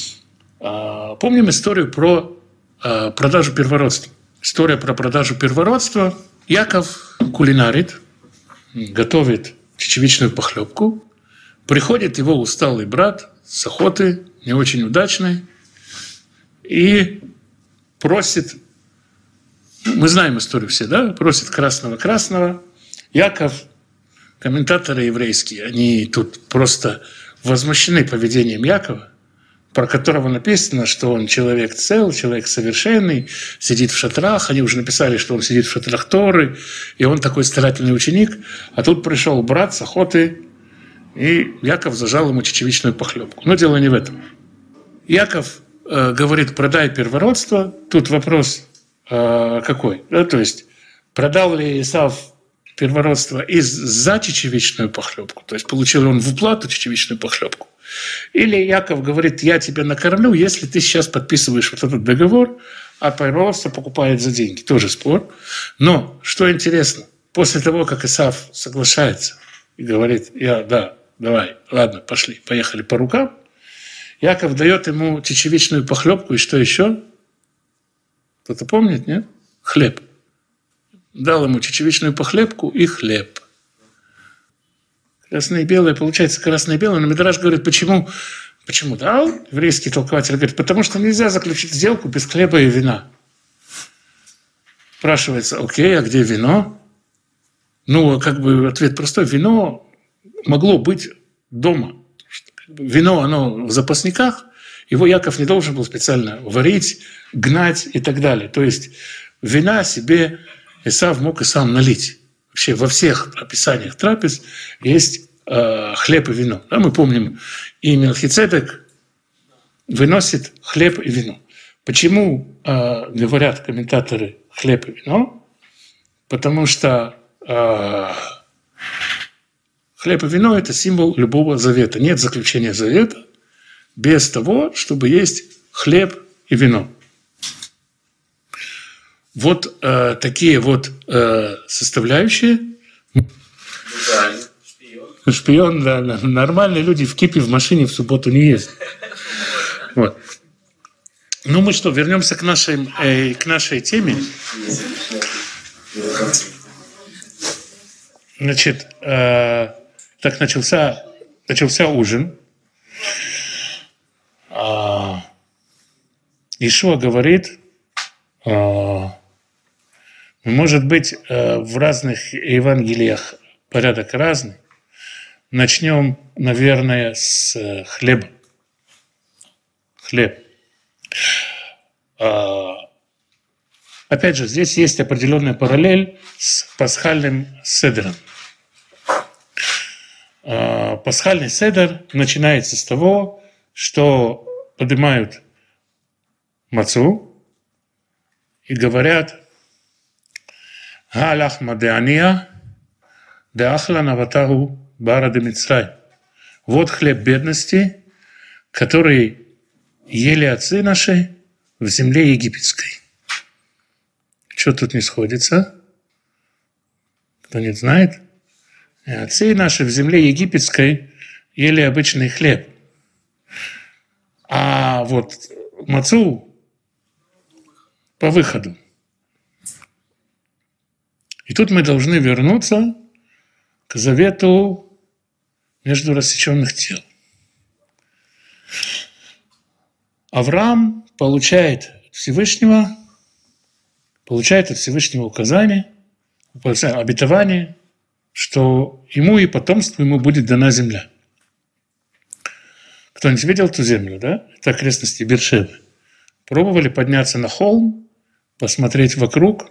Помним историю про продажу первородства. История про продажу первородства. Яков кулинарит, готовит чечевичную похлебку. Приходит его усталый брат с охоты, не очень удачный, и просит, мы знаем историю все, да? Просит красного. Яков, комментаторы еврейские, они тут просто возмущены поведением Якова, про которого написано, что он человек цел, человек совершенный, сидит в шатрах. Они уже написали, что он сидит в шатрах Торы, и он такой старательный ученик. А тут пришел брат с охоты, и Яков зажал ему чечевичную похлебку. Но дело не в этом. Яков говорит, продай первородство. Тут вопрос какой? Да, то есть, продал ли Исав первородство за чечевичную похлебку? То есть, получил он в уплату чечевичную похлебку? Или Яков говорит, я тебя накормлю, если ты сейчас подписываешь вот этот договор, а первородство покупает за деньги. Тоже спор. Но, что интересно, после того, как Исав соглашается и говорит, давай, ладно, пошли, поехали по рукам, Яков дает ему чечевичную похлебку и что еще? Кто-то помнит, нет? Хлеб. Дал ему чечевичную похлебку и хлеб. Красное и белое, получается красное и белое. Но Мидраш говорит, почему дал? Еврейский толкователь говорит, потому что нельзя заключить сделку без хлеба и вина. Спрашивается, окей, а где вино? Ну, как бы ответ простой. Вино могло быть дома. Вино, оно в запасниках. Его Яков не должен был специально варить, гнать и так далее. То есть вина себе Исав мог и сам налить. Вообще во всех описаниях трапез есть хлеб и вино. Да, мы помним, и Мелхицедек выносит хлеб и вино. Почему говорят комментаторы хлеб и вино? Потому что хлеб и вино – это символ любого завета. Нет заключения завета без того, чтобы есть хлеб и вино. Вот такие вот составляющие. Шпион, да. Нормальные люди в кипе в машине в субботу не ездят. Вот. Ну мы что, вернемся к нашей теме. Значит, так начался ужин. Ишуа говорит, может быть, в разных Евангелиях порядок разный. Начнем, наверное, с хлеба. Хлеб. Опять же, здесь есть определенная параллель с пасхальным седером. Пасхальный седер начинается с того, что поднимают мацу и говорят «Гаалах мадеания, деахла наватаху бара де Мицрай». Вот хлеб бедности, который ели отцы наши в земле египетской. Что тут не сходится? Кто не знает? Отцы наши в земле египетской ели обычный хлеб. А вот мацу по выходу. И тут мы должны вернуться к завету между рассеченных тел. Авраам получает от Всевышнего указание, обетование, что ему и потомству ему будет дана земля. Кто-нибудь видел ту землю, да? Это окрестности Беer-Шевы. Пробовали подняться на холм, посмотреть вокруг.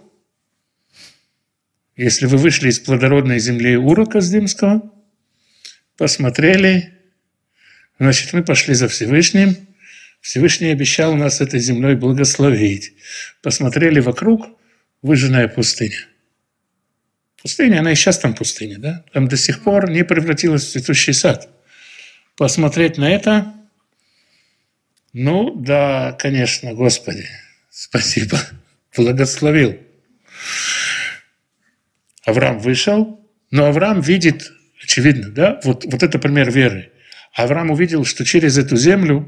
Если вы вышли из плодородной земли Ура Каздимского, посмотрели, значит, мы пошли за Всевышним. Всевышний обещал нас этой землей благословить. Посмотрели вокруг, выжженная пустыня. Пустыня, она и сейчас там пустыня, да? Там до сих пор не превратилась в цветущий сад. Посмотреть на это, ну да, конечно, Господи, спасибо, благословил. Авраам вышел, но Авраам видит, очевидно, да, вот это пример веры. Авраам увидел, что через эту землю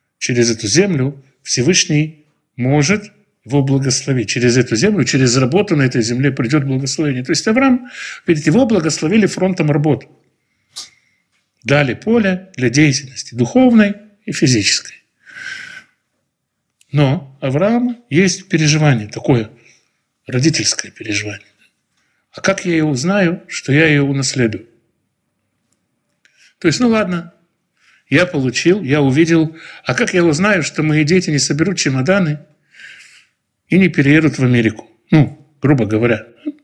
Всевышний может его благословить. Через эту землю, через работу на этой земле придет благословение. То есть Авраам, видите, его благословили фронтом работ. Дали поле для деятельности духовной и физической. Но Авраам есть переживание, такое родительское переживание. А как я ее узнаю, что я ее унаследую? То есть, ну ладно, я получил, я увидел. А как я узнаю, что мои дети не соберут чемоданы и не переедут в Америку? Ну, грубо говоря,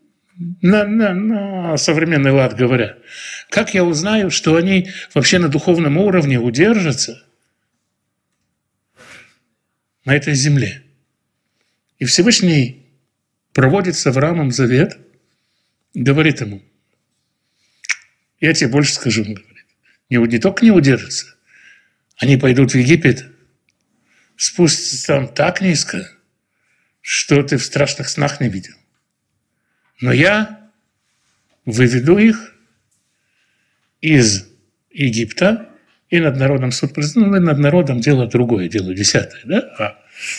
на современный лад говоря. Как я узнаю, что они вообще на духовном уровне удержатся на этой земле? И Всевышний проводит с Авраамом завет, говорит ему, я тебе больше скажу, он говорит, не только не удержатся, они пойдут в Египет, спустятся там так низко, что ты в страшных снах не видел. Но я выведу их из Египта, и над народом суд произнесет, ну, над народом дело другое, дело 10, да?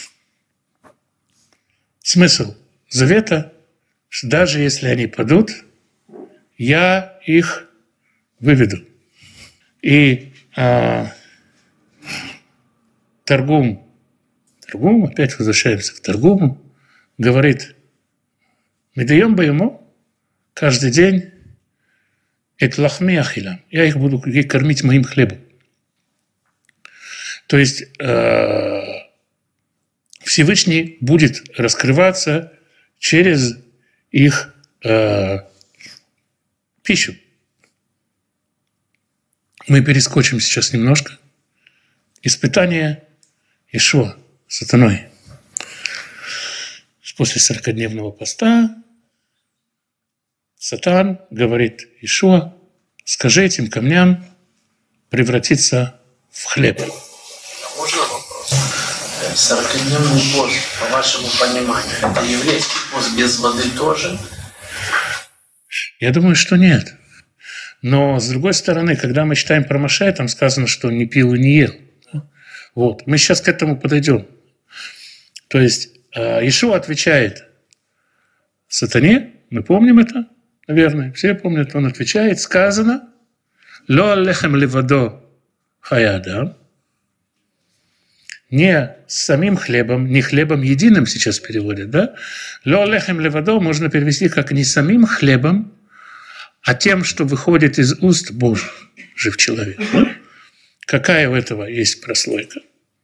Смысл завета, что даже если они падут, я их выведу. И Таргум, опять возвращаемся к Таргуму, говорит, мы даем ему каждый день это лахми ахилам. Я их буду кормить моим хлебом. То есть Всевышний будет раскрываться через их пищу. Мы перескочим сейчас немножко. Испытание Иешуа сатаной. После 40-дневного поста Сатан говорит Иешуа, скажи этим камням превратиться в хлеб. Можно вопрос? 40-дневный пост, по вашему пониманию, это еврейский пост без воды тоже? Я думаю, что нет. Но, с другой стороны, когда мы читаем про Моше, там сказано, что он не пил и не ел. Вот. Мы сейчас к этому подойдем. То есть Иешуа отвечает сатане, мы помним это, наверное, все помнят, он отвечает, сказано «Ло алехем левадо хаядам», не самим хлебом, не хлебом единым сейчас переводят, да? «Ло алехем левадо» можно перевести как не самим хлебом, а тем, что выходит из уст Божьих, жив человек. Да? Какая у этого есть прослойка?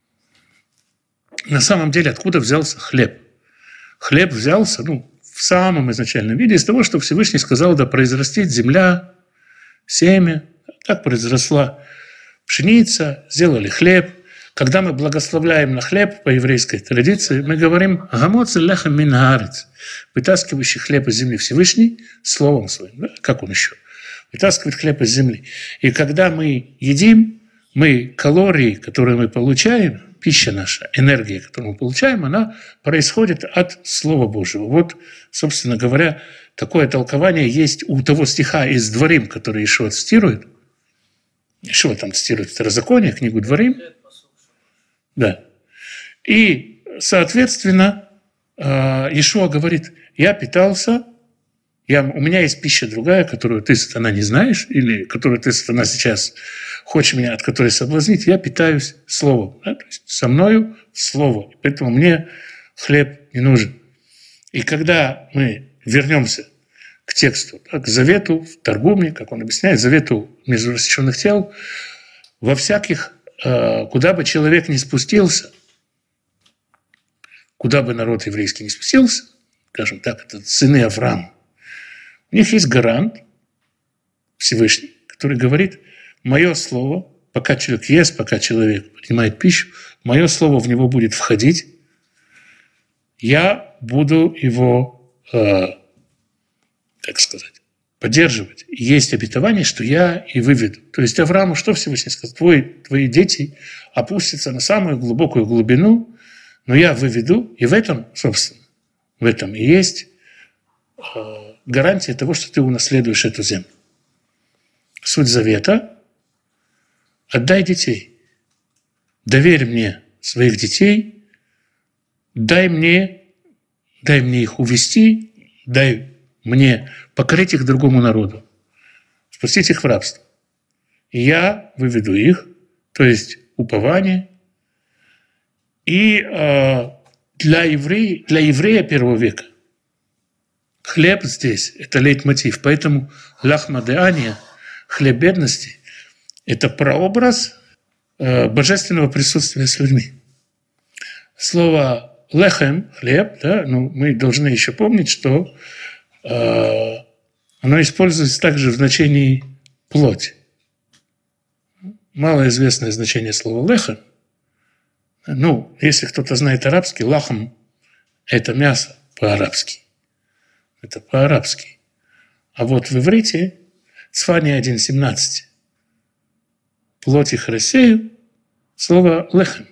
На самом деле, откуда взялся хлеб? Хлеб взялся, в самом изначальном виде из того, что Всевышний сказал, да произрастет земля, семя. Так произросла пшеница, сделали хлеб. Когда мы благословляем на хлеб по еврейской традиции, мы говорим «Гамоц лехем мин хаарец», вытаскивающий хлеб из земли Всевышний словом своим. Да? Как он еще? Вытаскивает хлеб из земли. И когда мы едим, мы калории, которые мы получаем, пища наша, энергия, которую мы получаем, она происходит от Слова Божьего. Вот, собственно говоря, такое толкование есть у того стиха из Дворим, который Иешуа цитирует. Иешуа там цитирует Второзаконие, книгу Дворим. Да. И, соответственно, Иешуа говорит, я питался, у меня есть пища другая, которую ты, сатана, не знаешь, или которую ты, сатана, сейчас хочешь меня, от которой соблазнить, я питаюсь словом. Да? То есть со мною слово. Поэтому мне хлеб не нужен. И когда мы вернемся к тексту, к завету, в Таргуме, как он объясняет, завету между рассеченных тел, во всяких, куда бы человек ни спустился, куда бы народ еврейский ни спустился, скажем так, это сыны Авраама, у них есть гарант Всевышний, который говорит, мое слово, пока человек ест, пока человек принимает пищу, мое слово в него будет входить, я буду его, поддерживать. И есть обетование, что я и выведу. То есть Аврааму что Всевышний сказал? Твои дети опустятся на самую глубокую глубину, но я выведу, и в этом, собственно, в этом и есть гарантия того, что ты унаследуешь эту землю. Суть завета – отдай детей. Доверь мне своих детей, дай мне их увести, дай мне покорить их другому народу, спустить их в рабство. И я выведу их, то есть упование. И для еврея первого века хлеб здесь – это лейтмотив. Поэтому лахма де ания, хлеб бедности – это прообраз божественного присутствия с людьми. Слово лехем, хлеб, да, мы должны еще помнить, что оно используется также в значении плоть. Малоизвестное значение слова лехем. Если кто-то знает арабский, лахм – это мясо по-арабски. Это по-арабски. А вот в иврите Цфания 1.17. Плоть их рассею, слово лехем.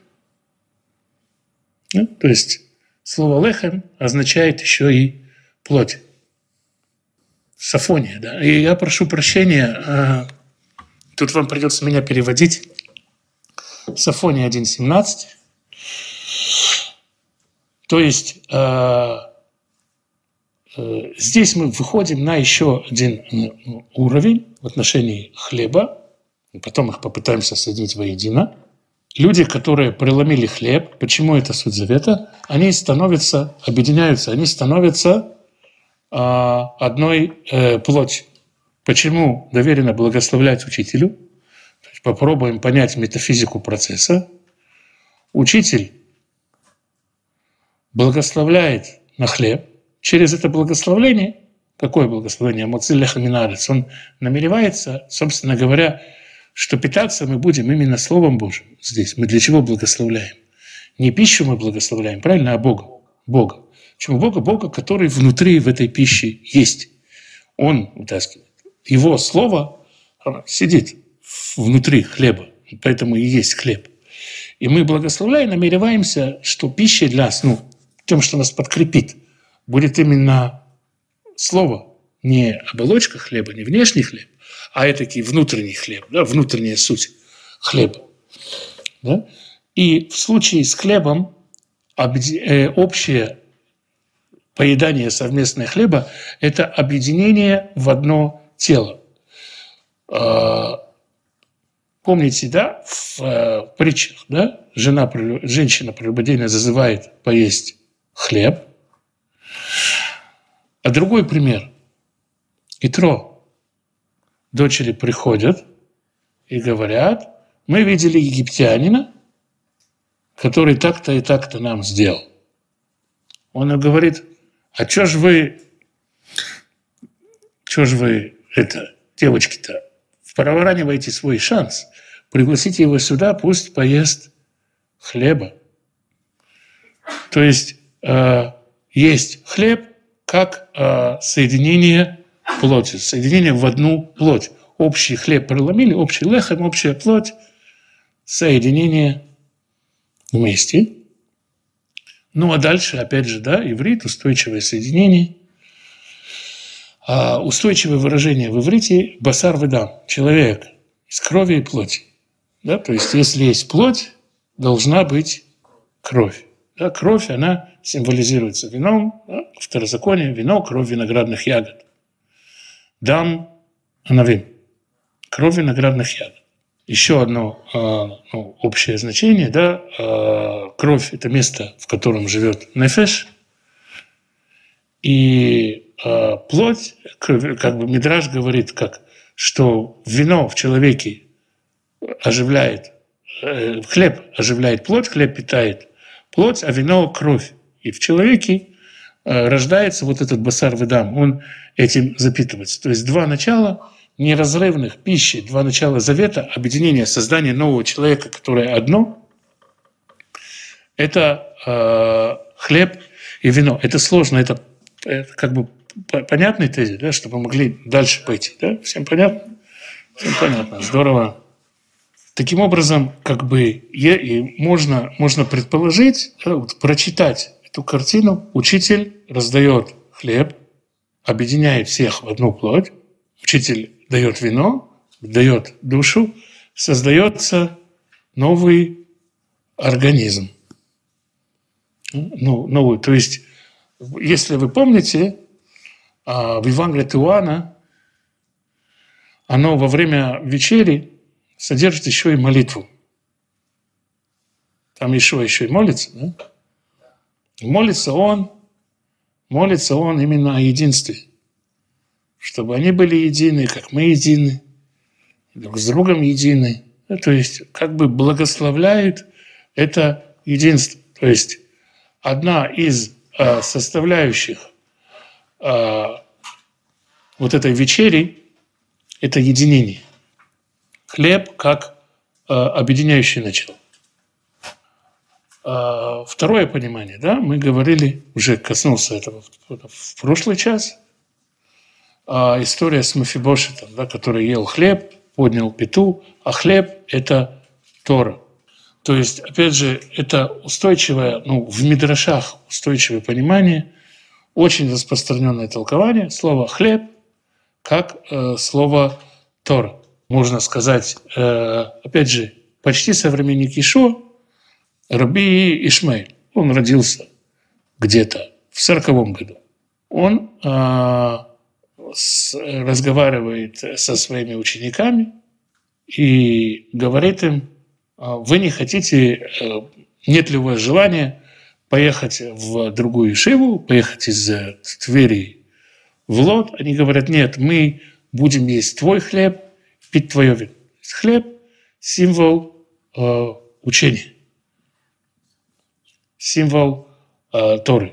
То есть слово лехем означает еще и плоть. Сафония, да. И я прошу прощения, тут вам придется меня переводить. Сафония 1.17. То есть здесь мы выходим на еще один уровень в отношении хлеба, и потом их попытаемся соединить воедино. Люди, которые преломили хлеб, почему это суть завета, они объединяются, они становятся одной плотью. Почему доверено благословлять учителю? Попробуем понять метафизику процесса. Учитель благословляет на хлеб. Через это благословление, какое благословение? Моци леха мин аарец. Он намеревается, собственно говоря, что питаться мы будем именно Словом Божьим здесь. Мы для чего благословляем? Не пищу мы благословляем, правильно, а Бога. Бога. Почему Бога? Бога, который внутри в этой пище есть. Он вытаскивает. Его Слово сидит внутри хлеба, поэтому и есть хлеб. И мы, благословляя, намереваемся, что пища для нас, тем, что нас подкрепит, будет именно Слово, не оболочка хлеба, не внешний хлеб, а этакий внутренний хлеб, да, внутренняя суть хлеба. Да? И в случае с хлебом общее поедание совместное хлеба – это объединение в одно тело. Помните, да, в притчах, да, женщина прелюбодейная зазывает поесть хлеб. А другой пример. Итро. Дочери приходят и говорят: мы видели египтянина, который так-то и так-то нам сделал. Он говорит: а чё ж вы девочки-то, проворачиваете свой шанс, пригласите его сюда, пусть поест хлеба. То есть есть хлеб как соединение плоти, соединение в одну плоть. Общий хлеб преломили, общий лехем, общая плоть, соединение вместе. А дальше, опять же, да, иврит, устойчивое соединение. Устойчивое выражение в иврите – басар ведам, человек из крови и плоти. Да? То есть, если есть плоть, должна быть кровь. Да? Кровь, она символизируется вином, да? Второзаконие, вино, кровь виноградных ягод. Дам анавим, кровь виноградных ягод. Еще одно общее значение, да? Кровь – это место, в котором живет нефеш. И плоть, как бы Мидраш говорит, что вино в человеке оживляет, хлеб оживляет плоть, хлеб питает плоть, а вино – кровь. И в человеке рождается вот этот басар ведам, он этим запитывается. То есть два начала неразрывных пищи, два начала завета, объединения, создания нового человека, которое одно – это хлеб и вино. Это сложно, это как бы понятный тезис, да, чтобы мы могли дальше пойти. Да? Всем понятно? Всем понятно. Здорово. Таким образом, как бы можно предположить, да, прочитать эту картину. Учитель раздает хлеб, объединяет всех в одну плоть, учитель дает вино, дает душу, создается новый организм. Ну, новый. То есть, если вы помните, в Евангелии от Иоанна оно во время вечери содержит еще и молитву. Там Иешуа еще и молится. Да? Молится он именно о единстве. Чтобы они были едины, как мы едины, друг с другом едины. То есть, как бы благословляет это единство. То есть, одна из составляющих вот этой вечери – это единение. Хлеб как объединяющее начало. Второе понимание, да, мы говорили, уже коснулся этого в прошлый час, история с Мефибошетом, да, который ел хлеб, поднял пету, а хлеб – это Тора. То есть, опять же, это устойчивое, в мидрашах устойчивое понимание, очень распространенное толкование слова «хлеб» как слово «Тора». Можно сказать, опять же, почти современник Иешуа, Раби Ишмаэль. Он родился где-то в 40-м году. Он разговаривает со своими учениками и говорит им: вы не хотите, нет ли у вас желания поехать в другую ешиву, поехать из Твери в Лод? Они говорят: нет, мы будем есть твой хлеб, пить твое вино. Хлеб – символ учения, символ Торы.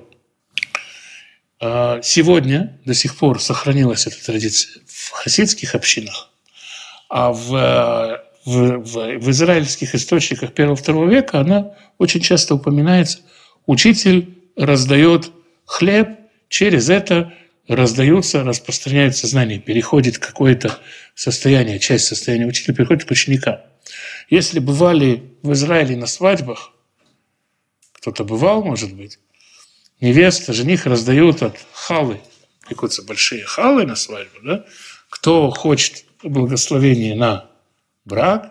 Сегодня до сих пор сохранилась эта традиция в хасидских общинах, а в израильских источниках 1-2 века она очень часто упоминается. Учитель раздает хлеб, через это раздаются, распространяются знания, переходит какое-то состояние, часть состояния учителя переходит к ученикам. Если бывали в Израиле на свадьбах, кто-то бывал, может быть, невеста, жених раздают от халы, пекутся большие халы на свадьбу, да? Кто хочет благословения на брак,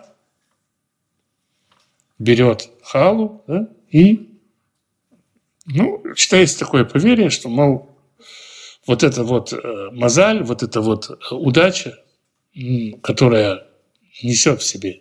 берет халу, да? И считается такое поверье, что, мол, вот это вот мазаль, вот эта вот удача, которая несет в себе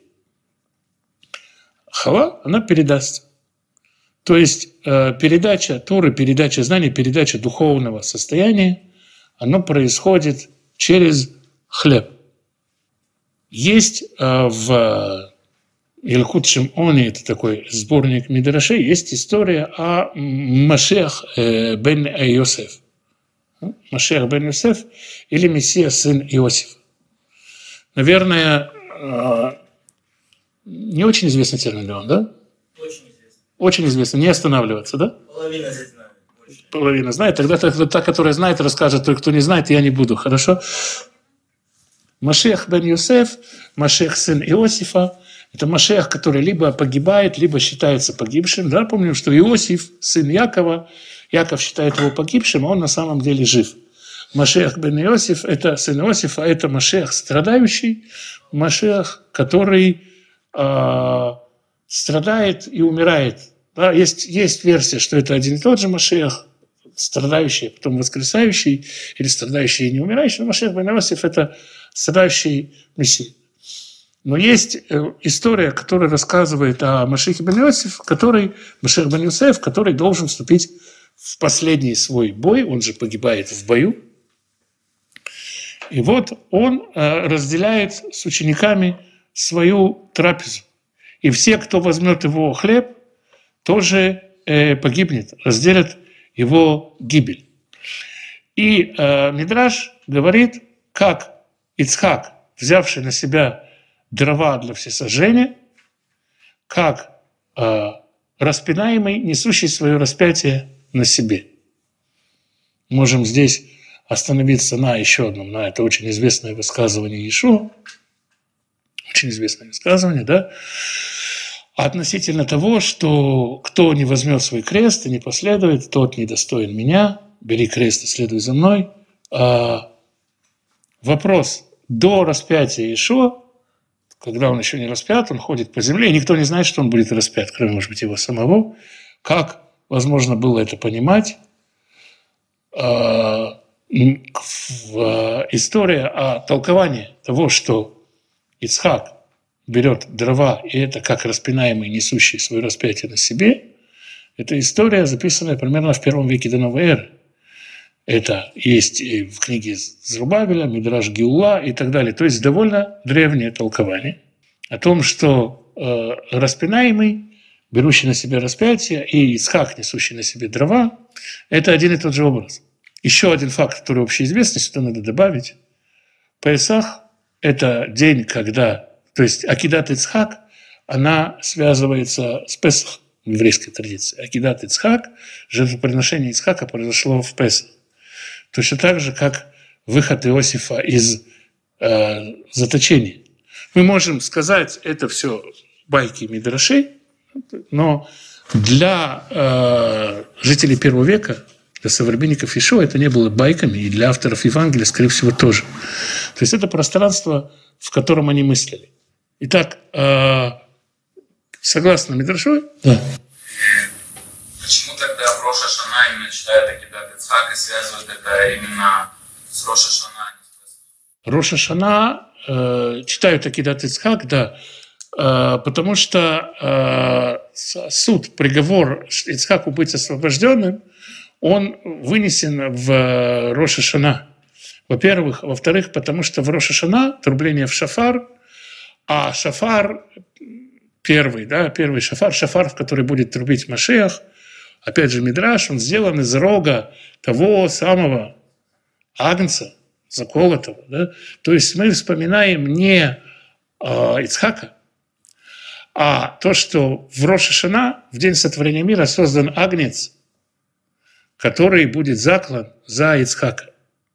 хала, она передастся. То есть передача Торы, передача знаний, передача духовного состояния, оно происходит через хлеб. Есть в Илхут Шимони, это такой сборник мидрашей, есть история о Машиах бен Йосеф. Машиах бен Йосеф или Мессия, сын Иосифа. Наверное, не очень известный термин, да, он, да? Очень известно. Не останавливаться, да? Половина здесь знает. Половина знает. Тогда та, которая знает, расскажет. Той, кто не знает, я не буду. Хорошо? Машиах бен Йосеф, Машиах сын Иосифа. Это Машиах, который либо погибает, либо считается погибшим. Да? Помним, что Иосиф, сын Якова, Яков считает его погибшим, а он на самом деле жив. Машиах бен Йосеф – это сын Иосифа, это Машиах страдающий, Машиах, который страдает и умирает. Да, есть версия, что это один и тот же Машиах, страдающий, потом воскресающий, или страдающий и не умирающий. Но Машиах бен Йосеф – это страдающий Мессия. Но есть история, которая рассказывает о Машиахе бен Йосеф, Машиах бен Йосеф, который должен вступить в последний свой бой, он же погибает в бою. И вот он разделяет с учениками свою трапезу. И все, кто возьмет его хлеб, тоже погибнет, разделят его гибель. И Мидраш говорит, как Ицхак, взявший на себя дрова для всесожжения, как распинаемый, несущий свое распятие на себе. Можем здесь остановиться на еще одном, на это очень известное высказывание Иешуа, очень известное высказывание, да, относительно того, что кто не возьмет свой крест и не последует, тот недостоин меня, бери крест и следуй за мной. вопрос до распятия Иешуа, когда он еще не распят, он ходит по земле, и никто не знает, что он будет распят, кроме, может быть, его самого. Как возможно было это понимать? История о толковании того, что Ицхак берет дрова, и это как распинаемый, несущий свое распятие на себе, это история, записанная примерно в 1 веке до новой эры. Это есть и в книге Зрубавеля, Мидраш Геула и так далее. То есть довольно древнее толкование о том, что распинаемый, берущий на себя распятие, и Ицхак, несущий на себе дрова, это один и тот же образ. Еще один факт, который общеизвестный, сюда надо добавить. Песах – это день, когда, то есть Акидат Ицхак, она связывается с Песах в еврейской традиции. Акидат Ицхак, жертвоприношение Ицхака произошло в Песах. Точно так же, как выход Иосифа из заточения. Мы можем сказать, это все байки Мидрашей, но для жителей первого века, для современников Иешуа это не было байками, и для авторов Евангелия, скорее всего, тоже. То есть это пространство, в котором они мыслили. Итак, согласно Мидрашой, да. Почему тогда в Рош ха-Шана именно читают Акидат Ицхак и связывают это именно с Рош ха-Шана? Рош ха-Шана читают Акидат Ицхак, да, потому что суд, приговор Ицхаку быть освобожденным, он вынесен в Рош ха-Шана. Во-первых. Во-вторых, потому что в Рош ха-Шана трубление в шафар, а шафар первый шафар, в который будет трубить Машиах, опять же, Мидраш, он сделан из рога того самого агнца, заколотого. Да? То есть мы вспоминаем не Ицхака, а то, что в Рош ха-Шана, в день сотворения мира, создан агнец, который будет заклан за Ицхака.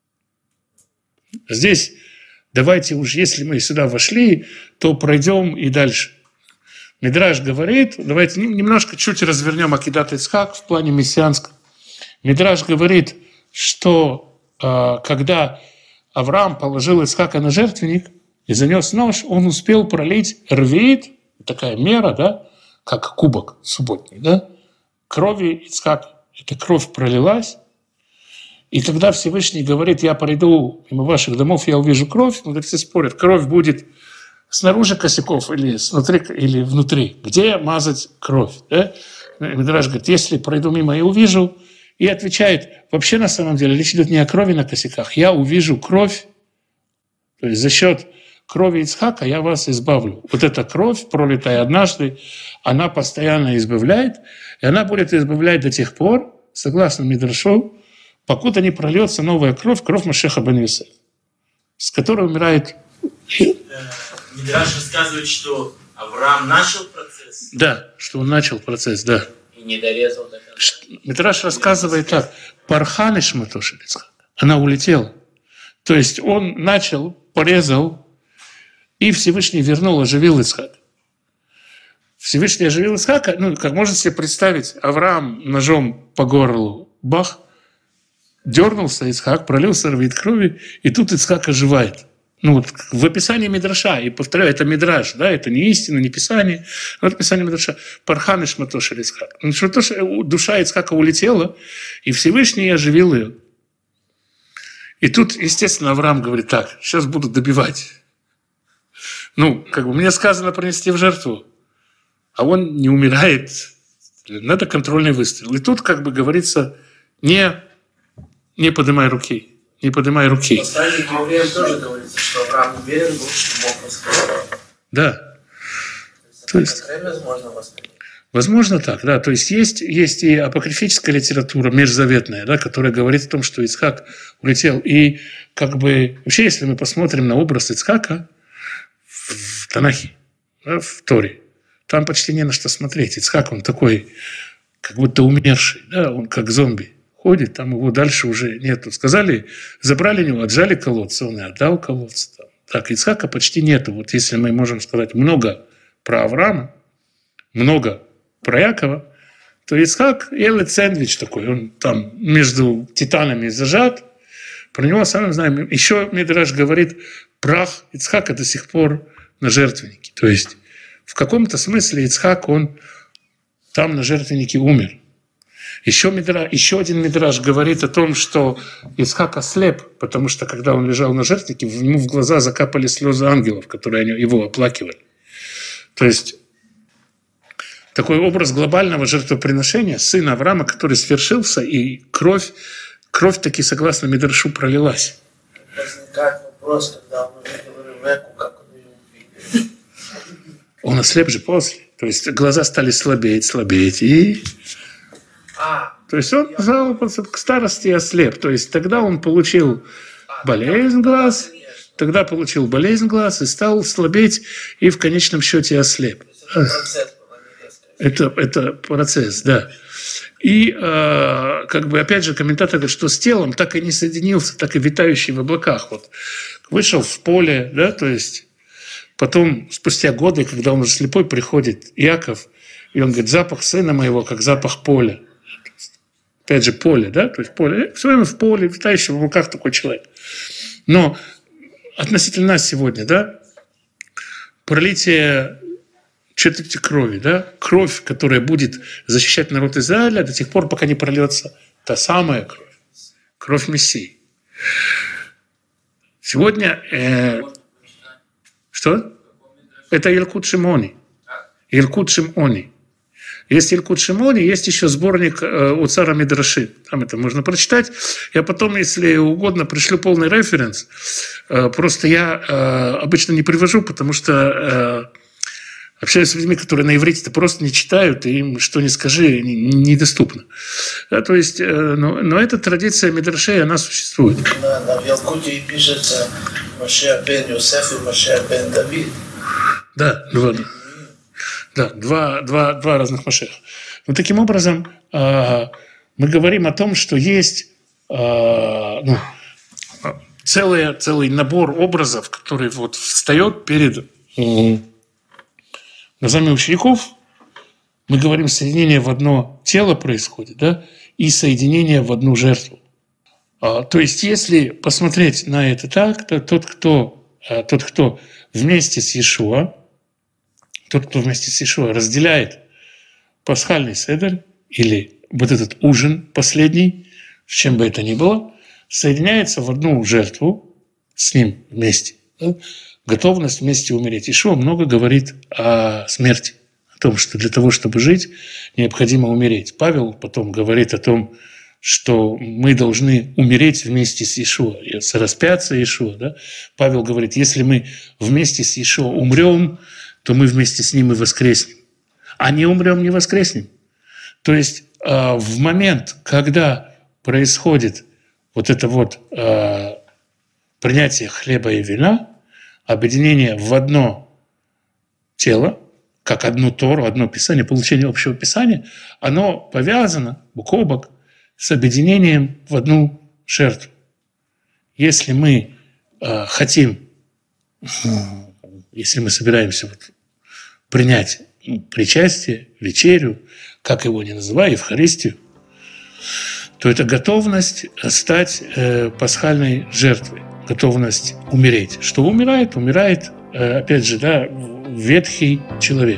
Здесь давайте уж, если мы сюда вошли, то пройдем и дальше. Мидраш говорит, давайте немножко чуть развернем Акидат Ицхак в плане мессианском. Мидраш говорит, что когда Авраам положил Ицхака на жертвенник и занес нож, он успел пролить рвеит, такая мера, да, как кубок субботний, да, крови Ицхака. Эта кровь пролилась, и тогда Всевышний говорит, я пройду мимо ваших домов, я увижу кровь. Мудрецы спорят, кровь будет снаружи косяков или внутри. Где мазать кровь? Да? Мидраш говорит, если пройду мимо и увижу, и отвечает, вообще на самом деле речь идет не о крови на косяках, я увижу кровь, то есть за счет крови Ицхака я вас избавлю. Вот эта кровь, пролитая однажды, она постоянно избавляет, и она будет избавлять до тех пор, согласно Мидрашу, покуда не прольется новая кровь, кровь Машеха бен Йосеф, с которой умирает. Мидраш рассказывает, что Авраам начал процесс. Да, что он начал процесс, да. И не дорезал до конца. Мидраш рассказывает так. Пархан и Шматоши Ицхак. Она улетела. То есть он начал, порезал, и Всевышний вернул, оживил Ицхака. Всевышний оживил Ицхака, как можно себе представить, Авраам ножом по горлу, бах, дернулся Ицхак, пролился рвит крови, и тут Ицхак оживает. В описании Мидраша, и повторяю, это Мидраш, да, это не истина, не Писание, но это описание Мидраша. Пархан и Шматоши Ицхак. Душа Ицхака улетела, и Всевышний оживил ее. И тут, естественно, Авраам говорит, так, сейчас буду добивать. Мне сказано принести в жертву, а он не умирает. Надо контрольный выстрел. И тут, говорится, не поднимай руки. Не поднимай руки. В послании к евреям тоже говорится, что Авраам уверен был, что Бог раскрыл. Да. То есть возможно воспринять. Возможно так, да. То есть есть и апокрифическая литература, межзаветная, да, которая говорит о том, что Ицхак улетел. И вообще, если мы посмотрим на образ Ицхака в Танахе, да, в Торе, там почти не на что смотреть. Ицхак, он такой, как будто умерший, да, он как зомби. Ходит, там его дальше уже нету. Сказали, забрали него, отжали колодцы, он и отдал колодцы. Так, Ицхака почти нету. Вот если мы можем сказать много про Авраама, много про Якова, то Ицхак еле сэндвич такой, он там между титанами зажат, Про него сами знаем. Еще Мидраш говорит, прах Ицхака до сих пор на жертвеннике. То есть в каком-то смысле Ицхак, он там на жертвеннике умер. Еще один Мидраш говорит о том, что Ицхак ослеп, потому что когда он лежал на жертвеннике, ему в глаза закапали слезы ангелов, которые его оплакивали. То есть такой образ глобального жертвоприношения сына Авраама, который свершился, и кровь таки, согласно Мидрашу, пролилась. Возникает вопрос, когда он увидел Ревекку, как он ее увидел. Он ослеп же после. То есть глаза стали слабеть, и... То есть он к старости ослеп. То есть тогда он получил болезнь глаз, и стал слабеть, и в конечном счете ослеп. Это процесс, да. И опять же комментатор говорит, что с телом так и не соединился, так и витающий в облаках. Вот вышел в поле, да, то есть потом, спустя годы, когда он уже слепой, приходит Иаков, и он говорит, запах сына моего, как запах поля. Опять же, поле, да, то есть поле. Все время в поле, витающий в облаках такой человек. Но относительно нас сегодня, да, пролитие четверти крови, да, кровь, которая будет защищать народ Израиля до тех пор, пока не прольется та самая кровь Мессии. Сегодня... Что? Это Илкут Шимони. Илкут Шимони. Есть Илкут Шимони, есть еще сборник у цара Мидраши. Там это можно прочитать. Я потом, если угодно, пришлю полный референс. Просто я обычно не привожу, потому что общаюсь с людьми, которые на иврите просто не читают, и им что ни скажи, недоступно. Да, то есть, но эта традиция Мидрашей, она существует. В Ялкуте пишется Машех бен Йосеф и Машех бен Давид. Да, два разных Машеха. Но таким образом мы говорим о том, что есть целый набор образов, который вот встает перед глазами учеников. Мы говорим, соединение в одно тело происходит, да, и соединение в одну жертву. То есть, если посмотреть на это так, то тот, кто вместе с Иешуа разделяет пасхальный седер или вот этот ужин последний, с чем бы это ни было, соединяется в одну жертву с ним вместе. Да? Готовность вместе умереть. Иешуа много говорит о смерти, о том, что для того, чтобы жить, необходимо умереть. Павел потом говорит о том, что мы должны умереть вместе с Иешуа, распяться Иешуа. Да? Павел говорит, если мы вместе с Иешуа умрем, то мы вместе с ним и воскреснем. А не умрем, не воскреснем. То есть в момент, когда происходит вот это вот принятие хлеба и вина, объединение в одно тело, как одну Тору, одно Писание, получение общего Писания, оно повязано бок о бок с объединением в одну жертву. Если мы хотим, если мы собираемся принять причастие, вечерю, как его ни называй, Евхаристию, то это готовность стать пасхальной жертвой, готовность умереть. Что умирает? Умирает, опять же, да, ветхий человек.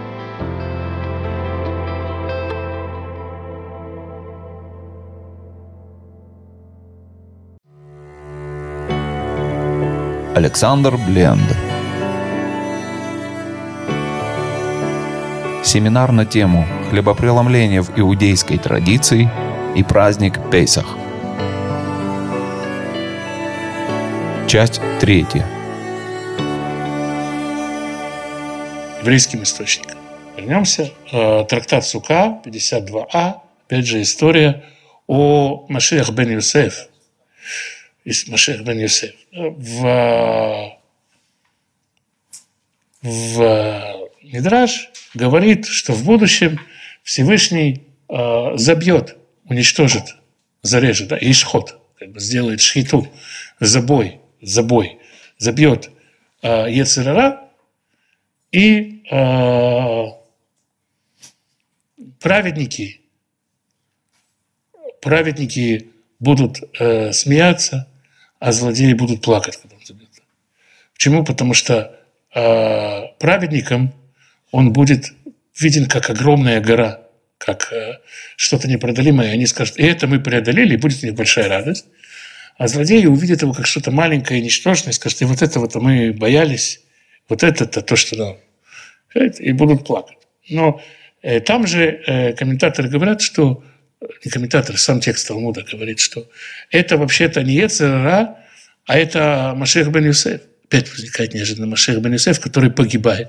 Александр Бленд. Семинар на тему «Хлебопреломление в иудейской традиции» и праздник Песах. Часть 3. Еврейским источникам. Вернемся. Трактат Сука, 52а. Опять же, история о Машех бен Йосеф. Машех бен Йосеф. В Мидраш говорит, что в будущем Всевышний забьет, уничтожит, зарежет, да, ишхот, сделает шхиту, забой, забьет Йецер ара, и праведники будут смеяться, а злодеи будут плакать, когда он забьет. Почему? Потому что праведникам он будет виден как огромная гора, как что-то непреодолимое. Они скажут, и это мы преодолели, и будет у них большая радость. А злодеи увидят его как что-то маленькое и ничтожное, и скажут, и вот этого-то мы боялись, вот это-то то, что нам. И будут плакать. Но там же комментаторы говорят, что, не комментаторы, сам текст Талмуда говорит, что это вообще-то не Йецер ара, а это Машиах бен Йосеф. Опять возникает неожиданно Машиах бен Йосеф, который погибает.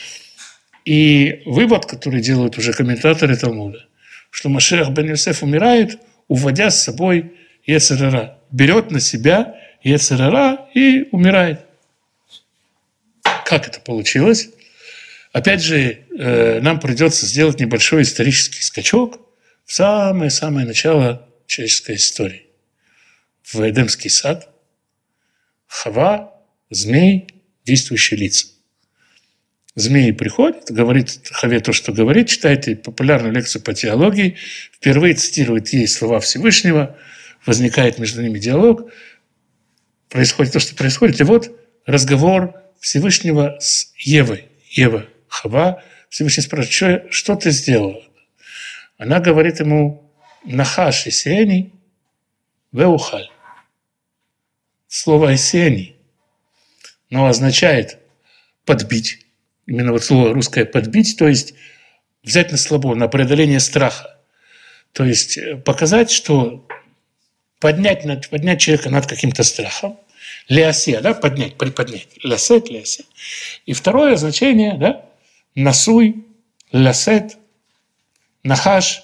И вывод, который делают уже комментаторы Талмуда, что Машиах бен Йосеф умирает, уводя с собой Йецер ара. Берет на себя Йецер ара и умирает. Как это получилось? Опять же, нам придется сделать небольшой исторический скачок в самое-самое начало человеческой истории. В Эдемский сад. Хава, змей, действующие лица. Змей приходит, говорит Хаве то, что говорит, читает популярную лекцию по теологии, впервые цитирует ей слова Всевышнего, возникает между ними диалог, происходит то, что происходит, и вот разговор Всевышнего с Евой. Ева, Хава, Всевышний спрашивает, что ты сделала? Она говорит ему, нахаш исени веухаль. Слово исени, но означает подбить. Именно вот слово русское подбить, то есть взять на слабо, на преодоление страха. То есть показать, что поднять человека над каким-то страхом, леосе, да, поднять, приподнять, лясет, леосе. И второе значение, да, насуй, лясет, нахаш,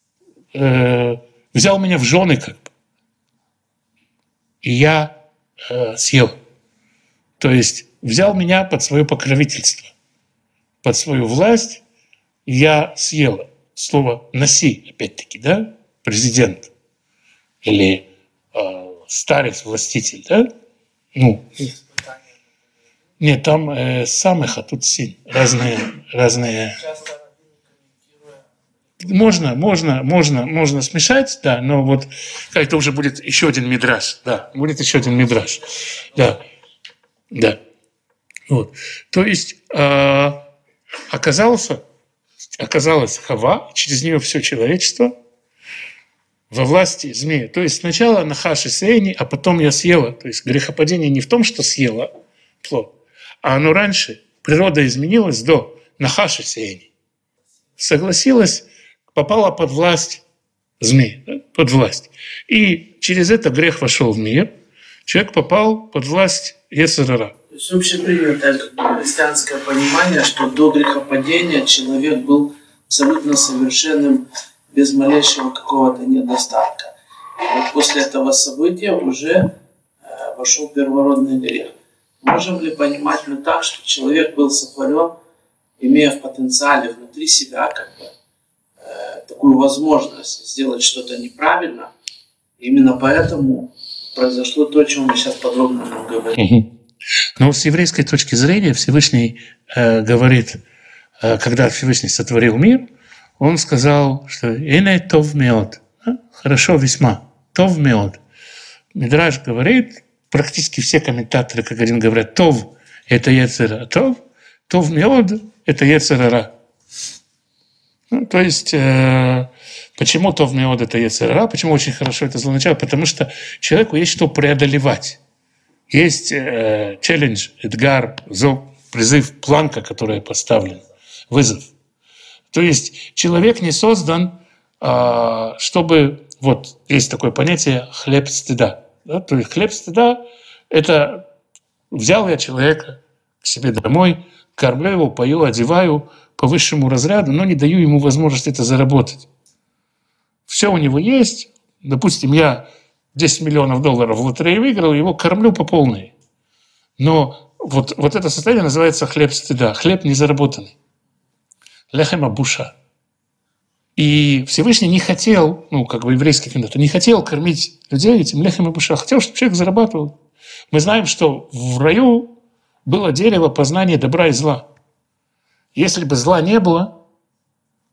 взял меня в жены как бы, и я съел. То есть взял меня под свое покровительство, под свою власть, и я съела. Слово «наси», опять-таки, да, президент или старец, властитель, да? Ну, нет, там самых, а тут син. Разные. Можно смешать, да, но вот это уже будет еще один мидраш, да, будет еще один мидраш, да. Вот. То есть оказалась Хава, через нее все человечество во власти змея. То есть сначала нахаш исени, а потом я съела. То есть грехопадение не в том, что съела плод, а оно раньше, природа изменилась до нахаш исени. Согласилась, попала под власть змея, да, под власть. И через это грех вошел в мир, человек попал под власть Йецер ара. То есть общепринятое христианское понимание, что до грехопадения человек был абсолютно совершенным, без малейшего какого-то недостатка. Вот после этого события уже вошел первородный грех. Можем ли понимать мы так, что человек был сотворен, имея в потенциале внутри себя как бы такую возможность сделать что-то неправильно, именно поэтому произошло то, о чем мы сейчас подробно говорим. Но с еврейской точки зрения Всевышний говорит, когда Всевышний сотворил мир, он сказал, что «Эне тов меот», хорошо весьма, тов меот. Мидраш говорит, практически все комментаторы, как один, говорят, тов – это Йецер ара, тов меот – это Йецер ара. Ну, то есть, почему тов меот – это Йецер ара, почему очень хорошо это злоначало? Потому что человеку есть что преодолевать. Есть челлендж, эдгар, призыв, планка, которая поставлена, вызов. То есть человек не создан, чтобы... Вот есть такое понятие хлеб стыда. Да? То есть хлеб стыда – это взял я человека к себе домой, кормлю его, пою, одеваю по высшему разряду, но не даю ему возможности это заработать. Все у него есть. Допустим, я 10 миллионов долларов в лотерее выиграл, его кормлю по полной. Но вот это состояние называется хлеб стыда, хлеб незаработанный. Лехем абуша. И Всевышний не хотел, еврейский комментатор, не хотел кормить людей этим лехем абуша, хотел, чтобы человек зарабатывал. Мы знаем, что в раю было дерево познания добра и зла. Если бы зла не было,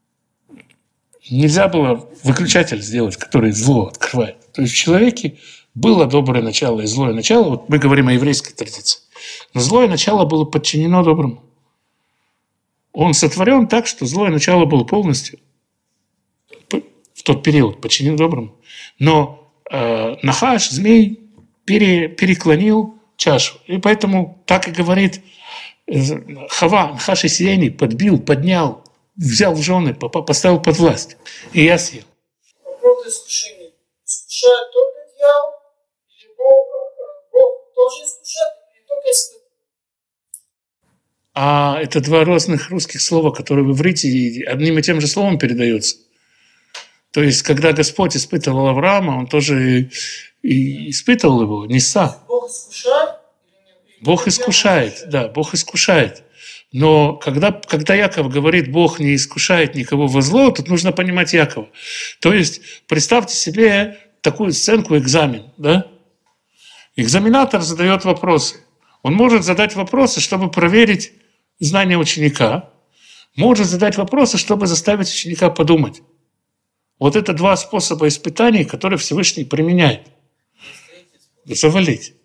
нельзя было выключатель сделать, который зло открывает. То есть в человеке было доброе начало и злое начало. Вот мы говорим о еврейской традиции. Но злое начало было подчинено доброму. Он сотворен так, что злое начало было полностью в тот период подчинено доброму. Но Нахаш, змей, переклонил чашу. И поэтому так и говорит Хава, Нахаш и Сиени подбил, поднял, взял в жены, поставил под власть. И я съел. Вопрос искушения. Искушает только дьявол? Или Бог тоже искушает? Или только испытывает? А это два разных русских слова, которые в иврите одним и тем же словом передаются. То есть, когда Господь испытывал Авраама, он тоже и испытывал его, Ниса. Бог искушает? Бог искушает, да, Бог искушает. Но когда Яков говорит, Бог не искушает никого во зло, тут нужно понимать Якова. То есть, представьте себе такую сценку, экзамен, да? Экзаменатор задает вопросы. Он может задать вопросы, чтобы проверить знания ученика, может задать вопросы, чтобы заставить ученика подумать. Вот это два способа испытаний, которые Всевышний применяет. Завалить.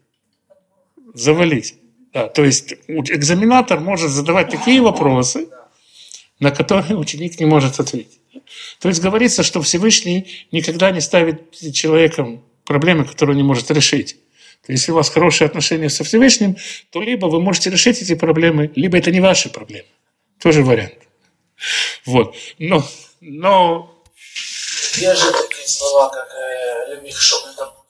Да, то есть экзаменатор может задавать такие вопросы, на которые ученик не может ответить. То есть говорится, что Всевышний никогда не ставит перед человеком проблемы, которые он не может решить. Если у вас хорошие отношения со Всевышним, то либо вы можете решить эти проблемы, либо это не ваши проблемы. Тоже вариант. Вот. Но Есть же такие слова, как лемихшов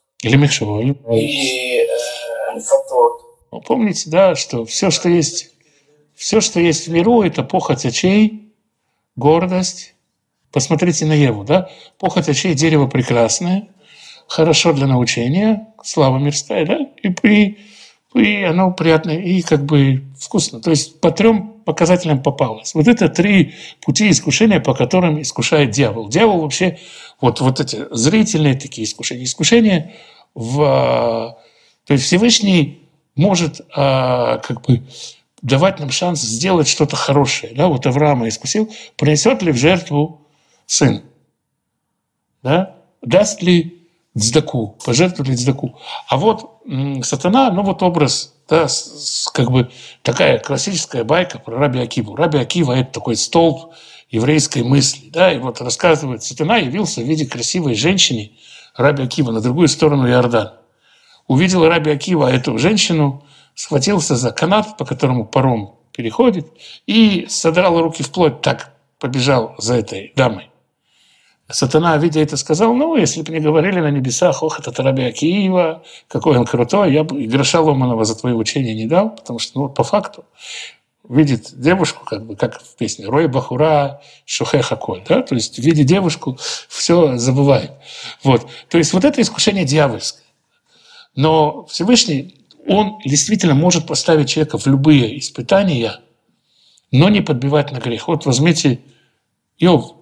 и лефатот. Помните, да, что все, что есть в миру, это похоть очей, гордость. Посмотрите на Еву, да? Похоть очей – дерево прекрасное, хорошо для научения, слава мирская, да? И оно приятное, и как бы вкусно. То есть по 3 показателям попалось. Вот это 3 пути искушения, по которым искушает дьявол. Дьявол вообще, вот эти зрительные такие искушения. Искушения то есть Всевышний может как бы давать нам шанс сделать что-то хорошее. Да? Вот Авраама искусил, принесет ли в жертву сын? Да? Даст ли цдаку, пожертвует ли цдаку. А вот сатана, вот образ, да, как бы такая классическая байка про Раби Акиву. Раби Акива – это такой столб еврейской мысли. Да, и вот рассказывает, сатана явился в виде красивой женщины Раби Акива на другую сторону Иордана. Увидел Раби Акива эту женщину, схватился за канат, по которому паром переходит, и содрал руки вплоть, так побежал за этой дамой. Сатана, видя это, сказал, если бы мне говорили на небесах, это Раби Акива, какой он крутой, я бы и гроша ломаного за твои учения не дал, потому что, по факту, видит девушку, как в песне, «Рой бахура шухе хаколь», да, то есть, видя девушку, все забывает. Вот. То есть, вот это искушение дьявольское. Но Всевышний, он действительно может поставить человека в любые испытания, но не подбивать на грех. Вот возьмите Иов.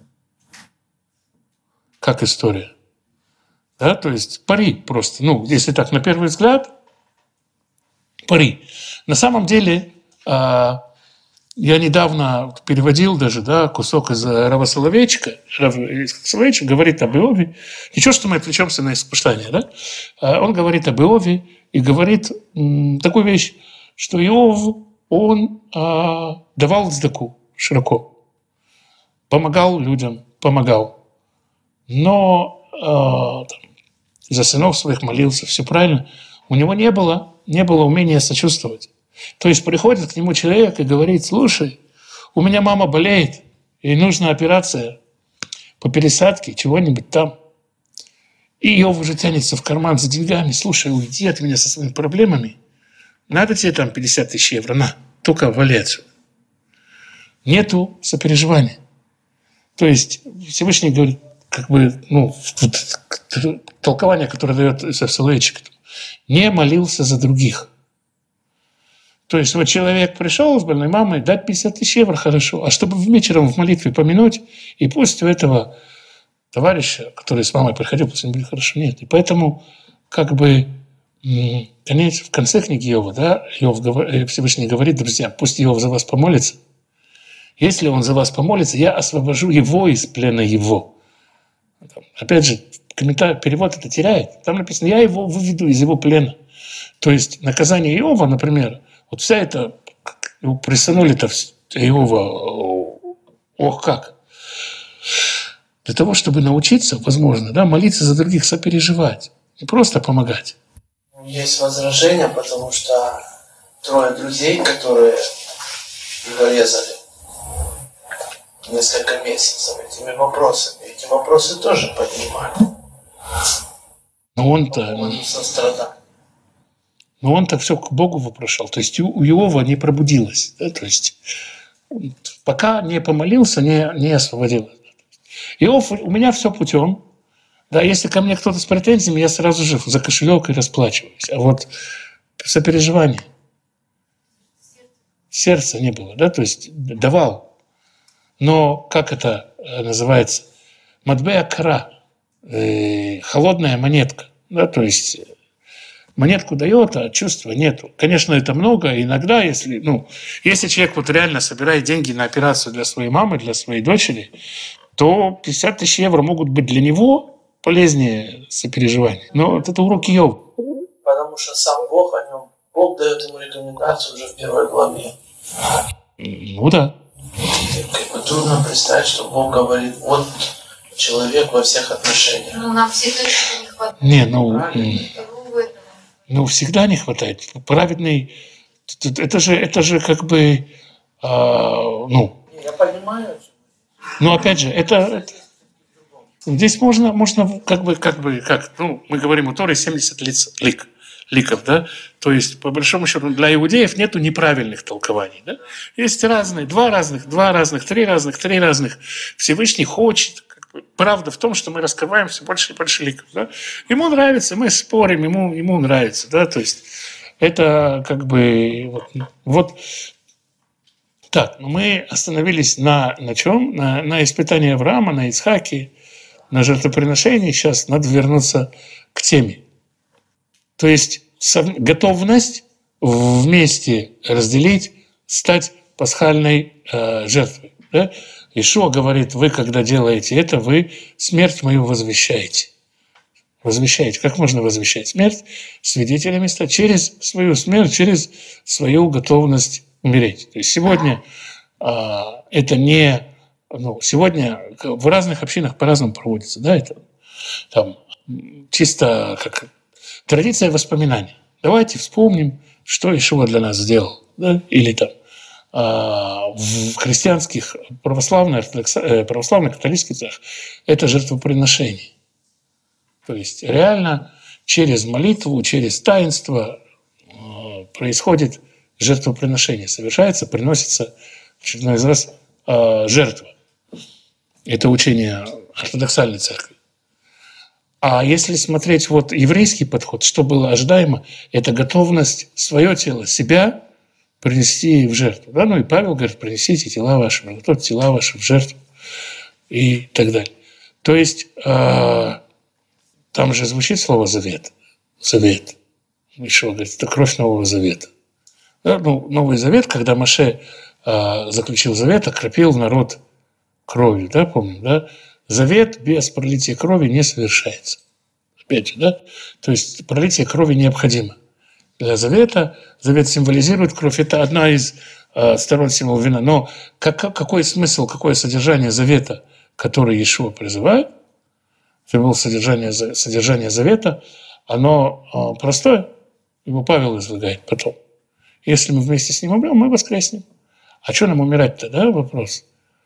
Как история. Да, то есть пари просто. Если так, на первый взгляд, пари. На самом деле, я недавно переводил даже, да, кусок из Рава Соловейчика. Рав Соловейчик говорит об Иове. Ничего, что мы отвлечемся на испытание, да? Он говорит об Иове и говорит такую вещь, что Иов, он давал цдаку широко. Помогал людям, помогал. Но за сынов своих молился, все правильно. У него не было умения сочувствовать. То есть приходит к нему человек и говорит, слушай, у меня мама болеет, ей нужна операция по пересадке, чего-нибудь там. И Иов уже тянется в карман за деньгами, слушай, уйди от меня со своими проблемами. Надо тебе там 50 000 евро, на, только вали отсюда. Нету сопереживания. То есть Всевышний говорит, толкование, которое дает Исаак Соловейчик, не молился за других. То есть вот человек пришел с больной мамой, дать 50 000 евро хорошо, а чтобы вечером в молитве помянуть, и пусть у этого товарища, который с мамой приходил, пусть ему будет хорошо, нет. И поэтому в конце книги Иова, да, Всевышний говорит, друзья, пусть Иов за вас помолится. Если он за вас помолится, я освобожу его из плена его. Опять же, комментарий, перевод это теряет. Там написано, я его выведу из его плена. То есть наказание Иова, например, вот вся эта, присанули-то Иова, ох как. Для того, чтобы научиться, возможно, да, молиться за других, сопереживать, не просто помогать. Есть возражения, потому что 3 друзей, которые его резали несколько месяцев этими вопросами, эти вопросы тоже поднимали. Но он-то... Он сострадал. Но он-то все к Богу вопрошал. То есть у Иова не пробудилось. Да? То есть пока не помолился, не освободил. Иов, у меня все путем. Да, если ко мне кто-то с претензиями, я сразу же за кошелек и расплачиваюсь. А вот сопереживание. Сердца не было. Да? То есть давал. Но как это называется? Матбея кара. Холодная монетка. Да? То есть монетку дает, а чувства нету. Конечно, это много. Иногда, если человек вот реально собирает деньги на операцию для своей мамы, для своей дочери, то 50 тысяч евро могут быть для него полезнее сопереживания. Но вот это урок Иова. Потому что сам Бог о нем, Бог дает ему рекомендацию уже в 1 главе. Ну да. Трудно представить, что Бог говорит, вот человек во всех отношениях. Ну, нам всегда не хватает. Всегда не хватает. Праведный, это же как бы, Я понимаю. Но опять же, это здесь можно мы говорим у Торы 70 ликов, да? То есть, по большому счету, для иудеев нету неправильных толкований, да? Есть разные, два разных, три разных. Всевышний хочет. Правда в том, что мы раскрываем все больше и больше ликов, да? Ему нравится, мы спорим, ему нравится, да? То есть, это как бы вот. Так, мы остановились на чем? На испытании Авраама, на Ицхаке, на жертвоприношении. Сейчас надо вернуться к теме. То есть готовность вместе разделить, стать пасхальной жертвой. Да? Иешуа говорит, вы, когда делаете это, вы смерть мою возвещаете. Возвещаете. Как можно возвещать смерть? Свидетелями стать через свою смерть, через свою готовность умереть. То есть сегодня это не... сегодня в разных общинах по-разному проводится. Да, это там чисто как традиция воспоминаний. Давайте вспомним, что Иешуа для нас сделал. Да? Или там в христианских православных католических церквях это жертвоприношение. То есть реально через молитву, через таинство происходит жертвоприношение. Совершается, приносится в очередной раз жертва. Это учение ортодоксальной церкви. А если смотреть вот еврейский подход, что было ожидаемо, это готовность свое тело, себя принести в жертву. Да? И Павел говорит, принесите тела ваши, готовьте тела ваши в жертву и так далее. То есть там же звучит слово «завет». Завет. Ишуа говорит, это кровь Нового Завета. Да? Новый Завет, когда Моше заключил завет, окропил народ кровью. Да? Помним, да? Завет без пролития крови не совершается. Опять же, да? То есть пролитие крови необходимо для завета. Завет символизирует кровь. Это одна из сторон символа вина. Но какой смысл, какое содержание завета, который Иешуа призывает, это было содержание завета, оно простое. Его Павел излагает потом. Если мы вместе с ним умрем, мы воскреснем. А что нам умирать-то, да, вопрос?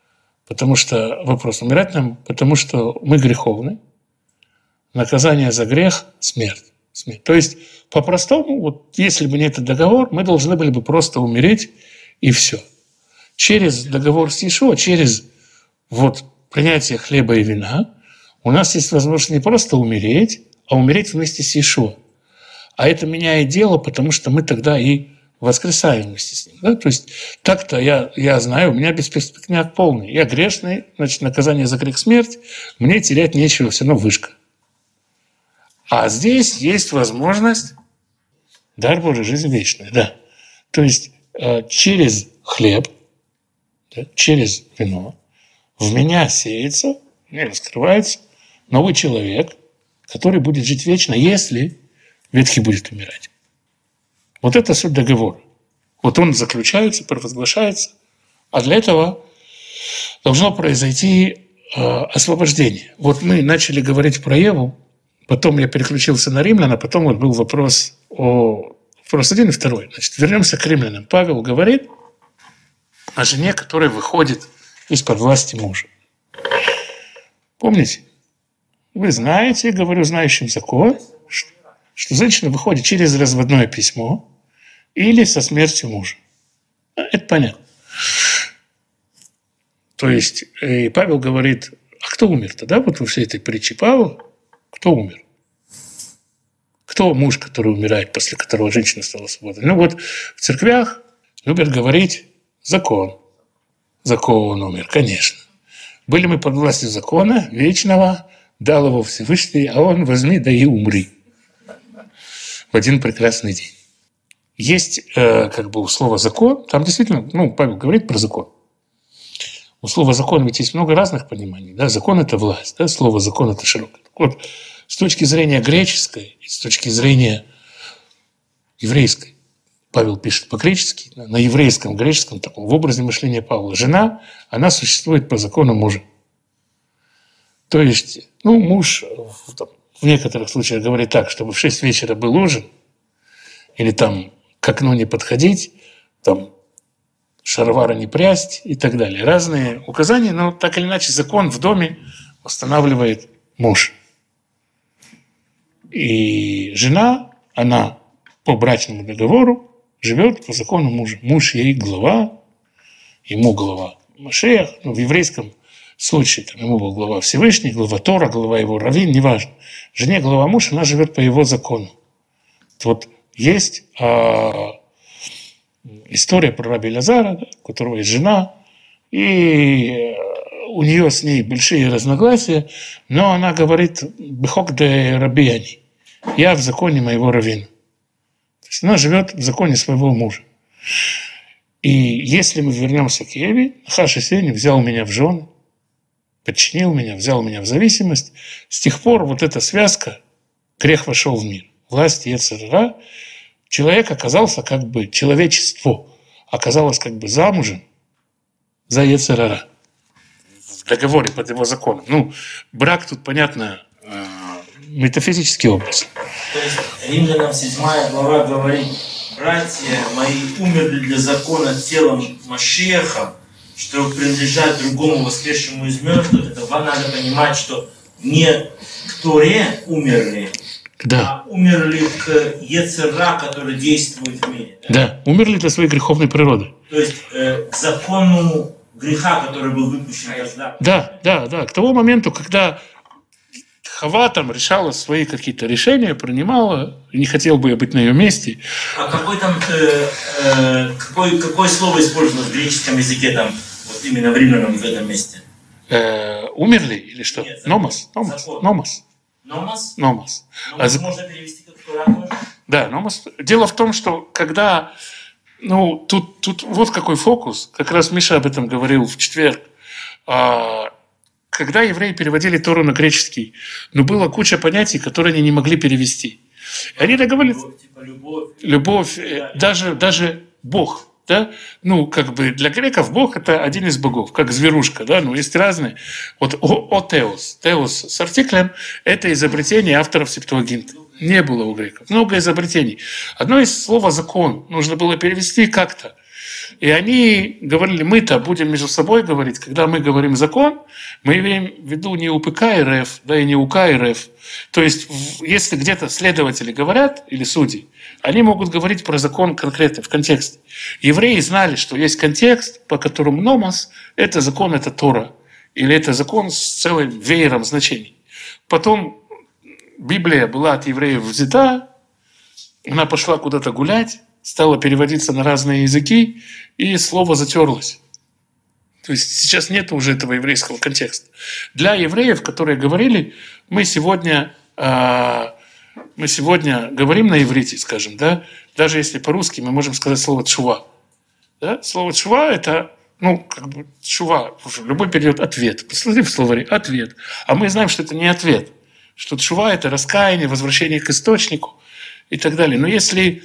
Умирать нам, потому что мы греховны. Наказание за грех – смерть. То есть, по-простому, вот если бы не этот договор, мы должны были бы просто умереть, и все. Через договор с Иешуа, через принятие хлеба и вина, у нас есть возможность не просто умереть, а умереть вместе с Иешуа. А это меняет дело, потому что мы тогда и воскресаем вместе с ним. Да? То есть так-то я знаю, у меня бесперспективняк полный. Я грешный, значит, наказание за грех – смерть, мне терять нечего, все равно вышка. А здесь есть возможность, дар Божий, жизнь вечная, да. То есть через хлеб, да, через вино в меня сеется, в меня раскрывается новый человек, который будет жить вечно, если ветхий будет умирать. Вот это суть договора. Вот он заключается, провозглашается, а для этого должно произойти освобождение. Вот мы начали говорить про Еву, потом я переключился на римлян, а потом вот был вопрос один и второй. Значит, вернемся к римлянам. Павел говорит о жене, которая выходит из-под власти мужа. Помните? Вы знаете, говорю знающим закон, что женщина выходит через разводное письмо или со смертью мужа. Это понятно. То есть Павел говорит, а кто умер-то, да, вот во всей этой притче Павла, кто умер? Кто муж, который умирает, после которого женщина стала свободной? Ну вот в церквях любят говорить закон. Закон умер, конечно. Были мы под властью закона вечного, дал его Всевышний, а он возьми, да и умри. В один прекрасный день. Есть как бы у слова «закон», там действительно, Павел говорит про закон. У слова «закон» ведь есть много разных пониманий. Да? Закон – это власть, да? Слово «закон» – это широкое. Вот с точки зрения греческой и с точки зрения еврейской, Павел пишет по-гречески, на еврейском, греческом, таком, в образе мышления Павла. Жена, она существует по закону мужа. То есть, муж в некоторых случаях говорит так, чтобы в 6 вечера был ужин, или там к окну не подходить, там шаровары не прясть и так далее. Разные указания, но так или иначе закон в доме устанавливает муж. И жена, она по брачному договору живет по закону мужа. Муж ей глава, ему глава Машиах. В еврейском случае ему был глава Всевышний, глава Тора, глава его раввин, неважно. Жене глава муж, она живет по его закону. Вот есть история про раби Элазара, у которого есть жена, и у нее с ней большие разногласия, но она говорит «бехок де рабияни», «я в законе моего раввина». То есть она живет в законе своего мужа. И если мы вернемся к Еве, Нахаш Осени взял меня в жены, подчинил меня, взял меня в зависимость. С тех пор вот эта связка, грех вошел в мир. Власть Йецер ара, человек оказался как бы, человечество оказалось как бы замужем за Йецер ара. В договоре под его законом. Брак тут, понятно, метафизический образ. То есть Римлянам 7 глава говорит: братья мои умерли для закона телом Машиаха, чтобы принадлежать другому воскресшему из мертвых. Это вам надо понимать, что не к Торе умерли, да, а умерли к Йецер ара, который действует в мире. Да, умерли для своей греховной природы. То есть к закону греха, который был выпущен из Адама. Да. К тому моменту, когда Хава там решала свои какие-то решения, принимала, не хотел бы я быть на ее месте. А какое слово использовалось в греческом языке там, вот именно в римлянам в этом месте? Умерли или что? Нет, Номос. Номос? Номос. Можно перевести как Тора? Да, номос. Дело в том, что когда... тут вот какой фокус. Как раз Миша об этом говорил в четверг. Когда евреи переводили Тору на греческий, была куча понятий, которые они не могли перевести. И они договорились... Любовь, даже Бог. Да? Для греков Бог – это один из богов, как зверушка. Да? Есть разные. Вот теос с артиклем – это изобретение авторов Септуагинты. Не было у греков. Много изобретений. Одно из слова «закон» нужно было перевести как-то. И они говорили, мы-то будем между собой говорить, когда мы говорим «закон», мы имеем в виду не УПК РФ, да и не УК РФ. То есть, если где-то следователи говорят, или судьи, они могут говорить про закон конкретно, в контексте. Евреи знали, что есть контекст, по которому номос – это закон, это Тора. Или это закон с целым веером значений. Потом Библия была от евреев взята, она пошла куда-то гулять, стала переводиться на разные языки, и слово затерлось. То есть сейчас нет уже этого еврейского контекста. Для евреев, которые говорили, мы сегодня говорим на иврите, скажем, да, даже если по-русски мы можем сказать слово «тшува». Да? Слово «тшува» – это, «тшува», любой перевод – ответ. Посмотри в словаре – ответ. А мы знаем, что это не ответ. что тшува – это раскаяние, возвращение к источнику и так далее. Но если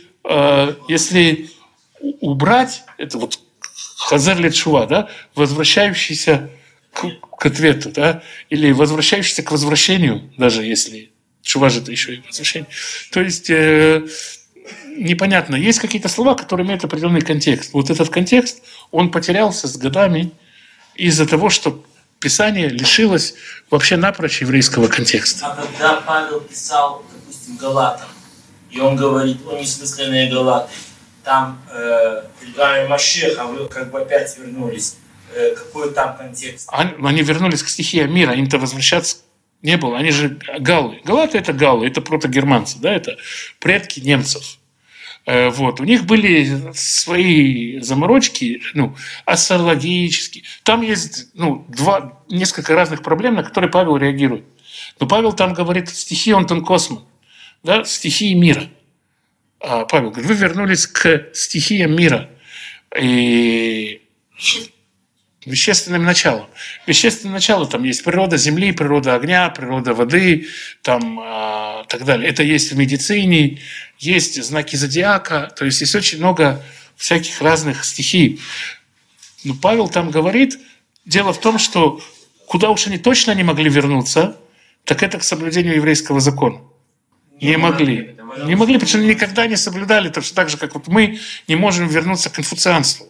убрать, это вот хазар ле тшува, да, возвращающийся к ответу, да, или возвращающийся к возвращению, даже если тшува же это еще и возвращение. То есть непонятно. Есть какие-то слова, которые имеют определенный контекст. Вот этот контекст, он потерялся с годами из-за того, что Писание лишилось вообще напрочь еврейского контекста. А когда Павел писал, допустим, Галатам, и он говорит о несмысленные Галаты, там перед вами Машех, а вы как бы опять вернулись. Какой там контекст? Они вернулись к стихии мира, им-то возвращаться не было. Они же галлы. Галаты – это галлы, это протогерманцы, да, это предки немцев. Вот. У них были свои заморочки, астрологические. Там есть несколько разных проблем, на которые Павел реагирует. Но Павел там говорит стихии онтон космон, да, стихии мира. А Павел говорит, вы вернулись к стихиям мира и вещественным началом. Вещественное начало, там есть природа земли, природа огня, природа воды, там, так далее. Это есть в медицине, есть знаки зодиака, то есть очень много всяких разных стихий. Но Павел там говорит, дело в том, что куда уж они точно не могли вернуться, так это к соблюдению еврейского закона. Не могли. Не могли, потому что они никогда не соблюдали, так же, как вот мы не можем вернуться к конфуцианству.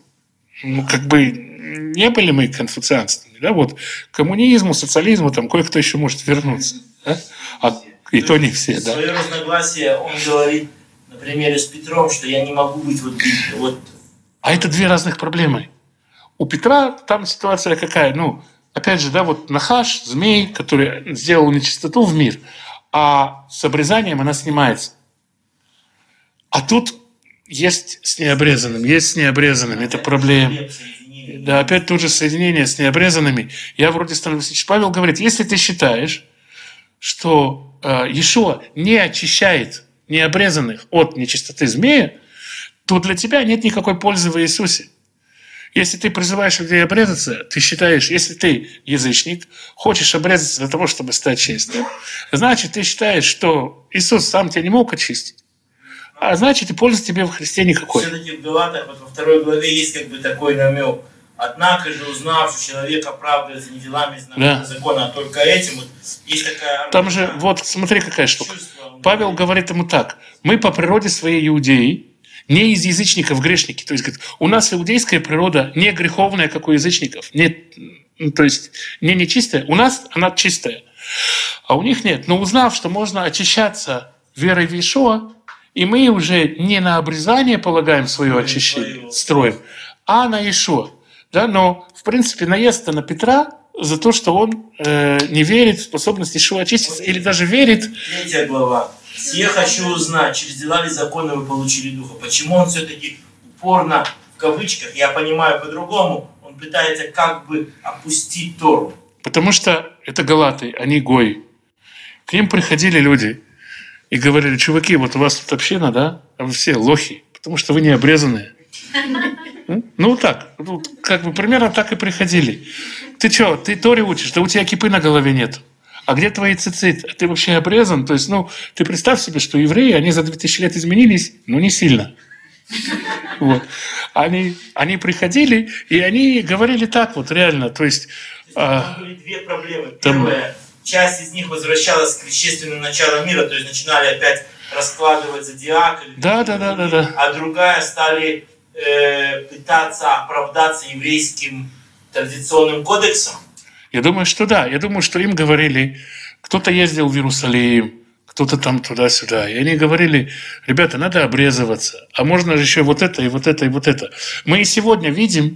Не были мы конфуцианствами. Да? Вот, к коммунизму, социализму, там кое-кто еще может вернуться. Да? И то не все. Да? Свое разногласие он говорит на примере с Петром, что я не могу быть вот... А это две разных проблемы. У Петра там ситуация какая? Опять же, да, вот Нахаш, змей, который сделал нечистоту в мир, а с обрезанием она снимается. А тут есть с необрезанным, есть с необрезанным. Это проблема. Да, опять тут же соединение с необрезанными. Я вроде становлюсь... Павел говорит, если ты считаешь, что Иешуа не очищает необрезанных от нечистоты змея, то для тебя нет никакой пользы в Иисусе. Если ты призываешь людей обрезаться, ты считаешь, если ты язычник, хочешь обрезаться для того, чтобы стать чистым, значит, ты считаешь, что Иисус сам тебя не мог очистить. А значит, и пользы тебе в Христе никакой. Все-таки в Галатах, во 2 главе есть такой намек. Однако же, узнав, что человек оправдывается не делами закона, а только этим, есть такая... Там же, вот смотри, какая штука. Павел говорит ему так. Мы по природе своей иудеи, не из язычников грешники. То есть, говорит, у нас иудейская природа не греховная, как у язычников. То есть, не нечистая. У нас она чистая. А у них нет. Но узнав, что можно очищаться верой в Иешуа, и мы уже не на обрезание полагаем свое очищение, строим, а на Иешуа. Да? Но, в принципе, наезд на Петра за то, что он не верит в способность Иешуа очиститься, или даже верит... 3 глава. «Сие хочу узнать, через дела ли закона вы получили Духа». Почему он все-таки упорно, в кавычках, я понимаю по-другому, он пытается как бы опустить Тору? Потому что это галаты, они гои. К ним приходили люди и говорили, чуваки, вот у вас тут община, да? А вы все лохи, потому что вы не обрезанные. Так, как бы примерно так и приходили. Ты что, ты Торе учишь, да у тебя кипы на голове нет. А где твои цицит? А ты вообще обрезан? То есть, ты представь себе, что евреи, они за 2000 лет изменились, но не сильно. Вот. Они приходили, и они говорили так вот, реально. То есть... Там были две проблемы. Первая, часть из них возвращалась к вещественному началу мира, то есть начинали опять раскладывать зодиак. Да. А другая стали пытаться оправдаться еврейским традиционным кодексом. Я думаю, что да. Я думаю, что им говорили, кто-то ездил в Иерусалим, кто-то там туда-сюда. И они говорили, ребята, надо обрезываться. А можно же еще вот это, и вот это, и вот это. Мы и сегодня видим,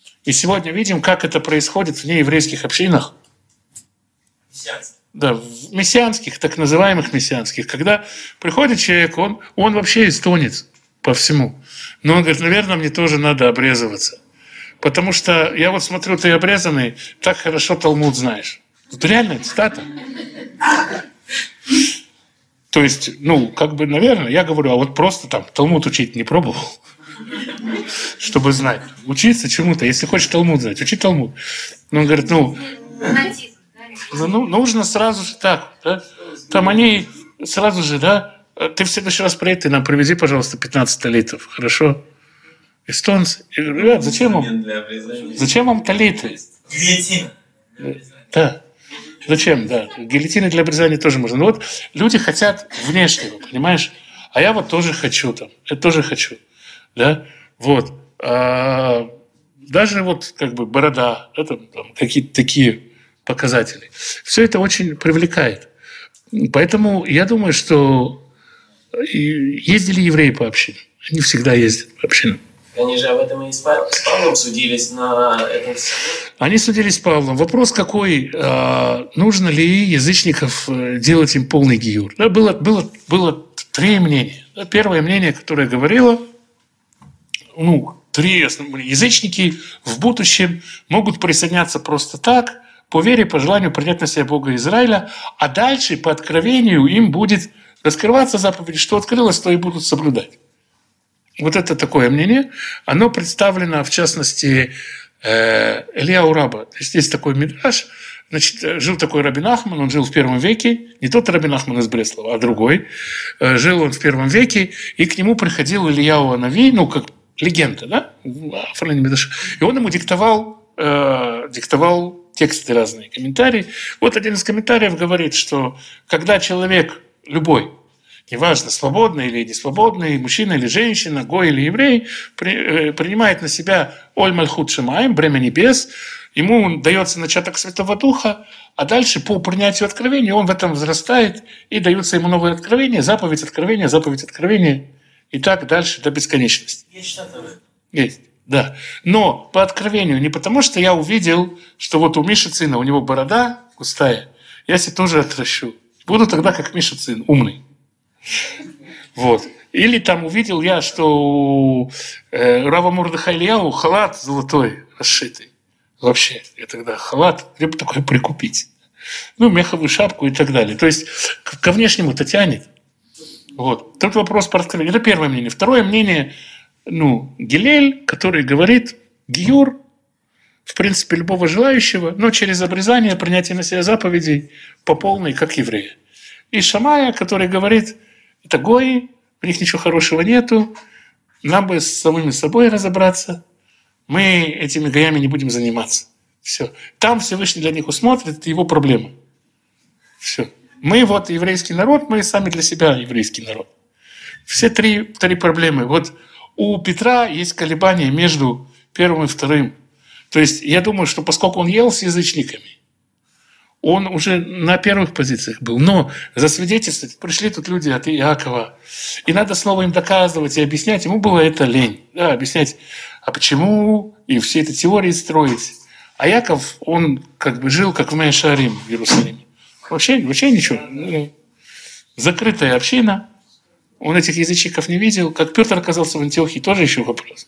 как это происходит в нееврейских общинах. Мессианских. Да, в мессианских, так называемых мессианских. Когда приходит человек, он вообще эстонец по всему. Но он говорит, наверное, мне тоже надо обрезываться. Потому что я вот смотрю, ты обрезанный, так хорошо Талмуд знаешь. Тут реальная цитата. То есть, наверное, я говорю, а вот просто там Талмуд учить не пробовал, чтобы знать. Учиться чему-то, если хочешь Талмуд знать, учи Талмуд. Но он говорит, нужно сразу же так, да? Там они сразу же, да? Ты в следующий раз приедь, ты нам привези, пожалуйста, 15 талитов, хорошо? Эстонцы. Я говорю, ребят, зачем вам талиты? Гильотина. Да. Зачем, да. Гильотины для обрезания тоже можно. Но вот люди хотят внешнего, понимаешь? А я вот тоже хочу там. Я тоже хочу. Да? Вот. Даже вот как бы борода, да, там какие-то такие показатели. Все это очень привлекает. Поэтому я думаю, что ездили евреи по общинам. Они всегда ездят по общинам. Они же об этом и с Павлом судились на этом суде. Они судились с Павлом. Вопрос какой, нужно ли язычников делать им полный гиюр. Да, было три мнения. Да, первое мнение, которое говорило, три язычники в будущем могут присоединяться просто так, по вере, по желанию принять на себя Бога Израиля, а дальше по откровению им будет раскрываться заповедь, что открылось, то и будут соблюдать. Вот это такое мнение. Оно представлено, в частности, Ильяу Раба. Здесь такой мидраш. Значит, жил такой Раби Нахман, он жил в 1 веке, не тот Раби Нахман из Бреслова, а другой. Жил он в 1 веке, и к нему приходил Ильяу Анави, как легенда, да? И он ему диктовал тексты разные, комментарии. Вот один из комментариев говорит, что когда человек любой, неважно, свободный или несвободный, мужчина или женщина, гой или еврей, принимает на себя оль мальхут шамаим, бремя небес, ему дается начаток Святого Духа, а дальше по принятию откровения он в этом возрастает, и даются ему новые откровения, заповедь откровения, и так дальше до бесконечности. Есть что-то? Есть, да. Но по откровению, не потому что я увидел, что вот у Миши сына, у него борода густая, я себе тоже отращу. Буду тогда как Миша сын, умный. Вот. Или там увидел я, что у Рава Мордехая Ильяу халат золотой расшитый. Вообще, я тогда халат, где бы такой прикупить? Меховую шапку и так далее. То есть ко внешнему-то тянет. Вот. Тут вопрос про откровение. Это первое мнение. Второе мнение, Гилель, который говорит, гиюр, в принципе, любого желающего, но через обрезание, принятие на себя заповедей по полной, как еврея. И Шамая, который говорит, это гои, у них ничего хорошего нету, нам бы с самими собой разобраться, мы этими гоями не будем заниматься. Все. Там Всевышний для них усмотрит, это его проблема. Все. Мы вот еврейский народ, мы сами для себя еврейский народ. Все три проблемы. Вот у Петра есть колебания между первым и вторым. То есть я думаю, что поскольку он ел с язычниками, он уже на первых позициях был. Но засвидетельствовать, пришли тут люди от Иакова, и надо снова им доказывать и объяснять. Ему было это лень. Да, объяснять, а почему, и все эти теории строить. А Яков, он как бы жил, как в Меа-Шаарим в Иерусалиме. Вообще ничего. Закрытая община. Он этих язычников не видел. Как Петр оказался в Антиохии, тоже еще вопрос.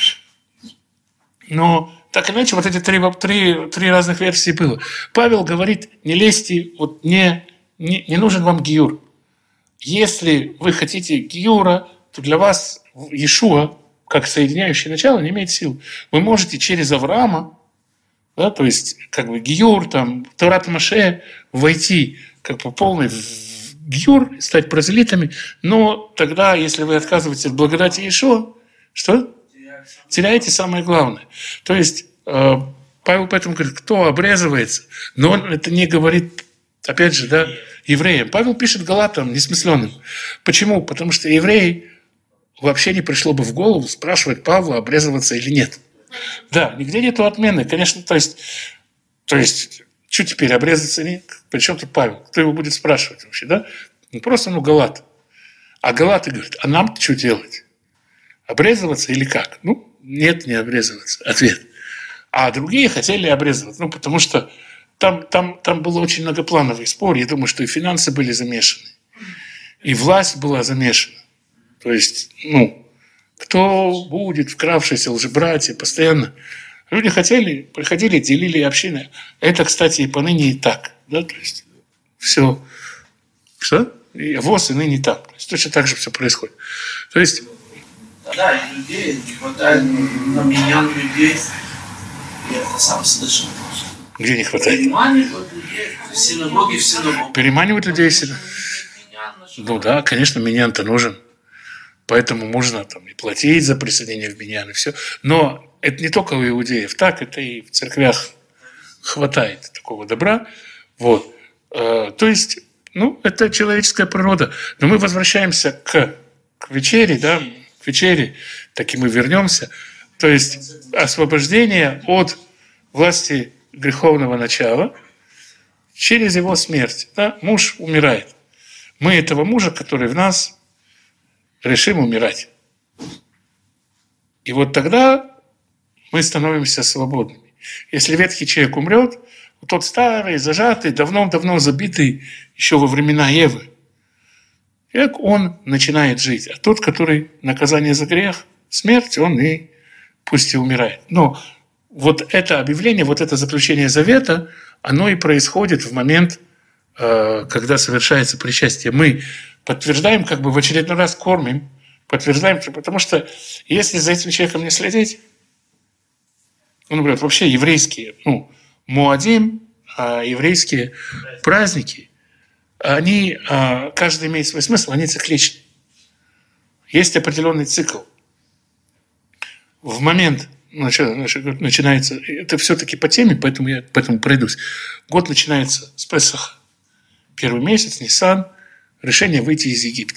Но так иначе вот эти три разных версии было. Павел говорит, не лезьте, вот не нужен вам гиюр. Если вы хотите гиюра, то для вас Иешуа, как соединяющее начало, не имеет сил. Вы можете через Авраама, да, то есть как бы гиюр, там, Торат Моше, войти как бы полный в гиюр, стать прозелитами, но тогда, если вы отказываетесь от благодати Иешуа, что? Теряете самое главное. То есть Павел поэтому говорит, кто обрезывается, но он это не говорит, опять же, да, евреям. Павел пишет галатам, несмысленным. Почему? Потому что евреи вообще не пришло бы в голову спрашивать Павла, обрезываться или нет. Да, нигде нету отмены, конечно, то есть, что теперь, обрезаться или нет? Причем тут Павел? Кто его будет спрашивать вообще, да? Просто, галат. А галаты говорят, а нам что делать? Обрезываться или как? Нет, не обрезываться. Ответ. А другие хотели обрезываться, потому что там был очень многоплановый спор. Я думаю, что и финансы были замешаны, и власть была замешана. То есть, кто будет вкравшиеся лжебратья постоянно. Люди приходили, делили общины. Это, кстати, и поныне и так. Да? То есть, все. Что? И ВОЗ и ныне так. То есть, точно так же все происходит. То есть... Да, и людей не хватает на миллион людей. Я это сам слышал. Где не хватает? Переманивают людей в синагоге, в синагогу. Переманивают людей в синагогу. Ну да, конечно, миньян-то нужен. Поэтому можно там и платить за присоединение в миньян, и все. Но это не только у иудеев, так это и в церквях хватает такого добра. Вот. То есть, ну, это человеческая природа. Но мы возвращаемся к вечере, да, к вечере, так и мы вернемся. То есть освобождение от власти греховного начала через его смерть. Да? Муж умирает. Мы этого мужа, который в нас, решим умирать. И вот тогда мы становимся свободными. Если ветхий человек умрет, тот старый, зажатый, давно-давно забитый, еще во времена Евы, человек, он начинает жить. А тот, который наказание за грех, смерть, он и пусть и умирает. Но вот это объявление, вот это заключение завета, оно и происходит в момент, когда совершается причастие. Мы подтверждаем, как бы в очередной раз кормим, подтверждаем, потому что если за этим человеком не следить, ну, например, вообще еврейские, Муадим, еврейские праздники, они, каждый имеет свой смысл, они цикличны. Есть определенный цикл. В момент начинается, это все-таки по теме, поэтому я поэтому пройдусь. Год начинается с Песаха. Первый месяц, Нисан, решение выйти из Египта.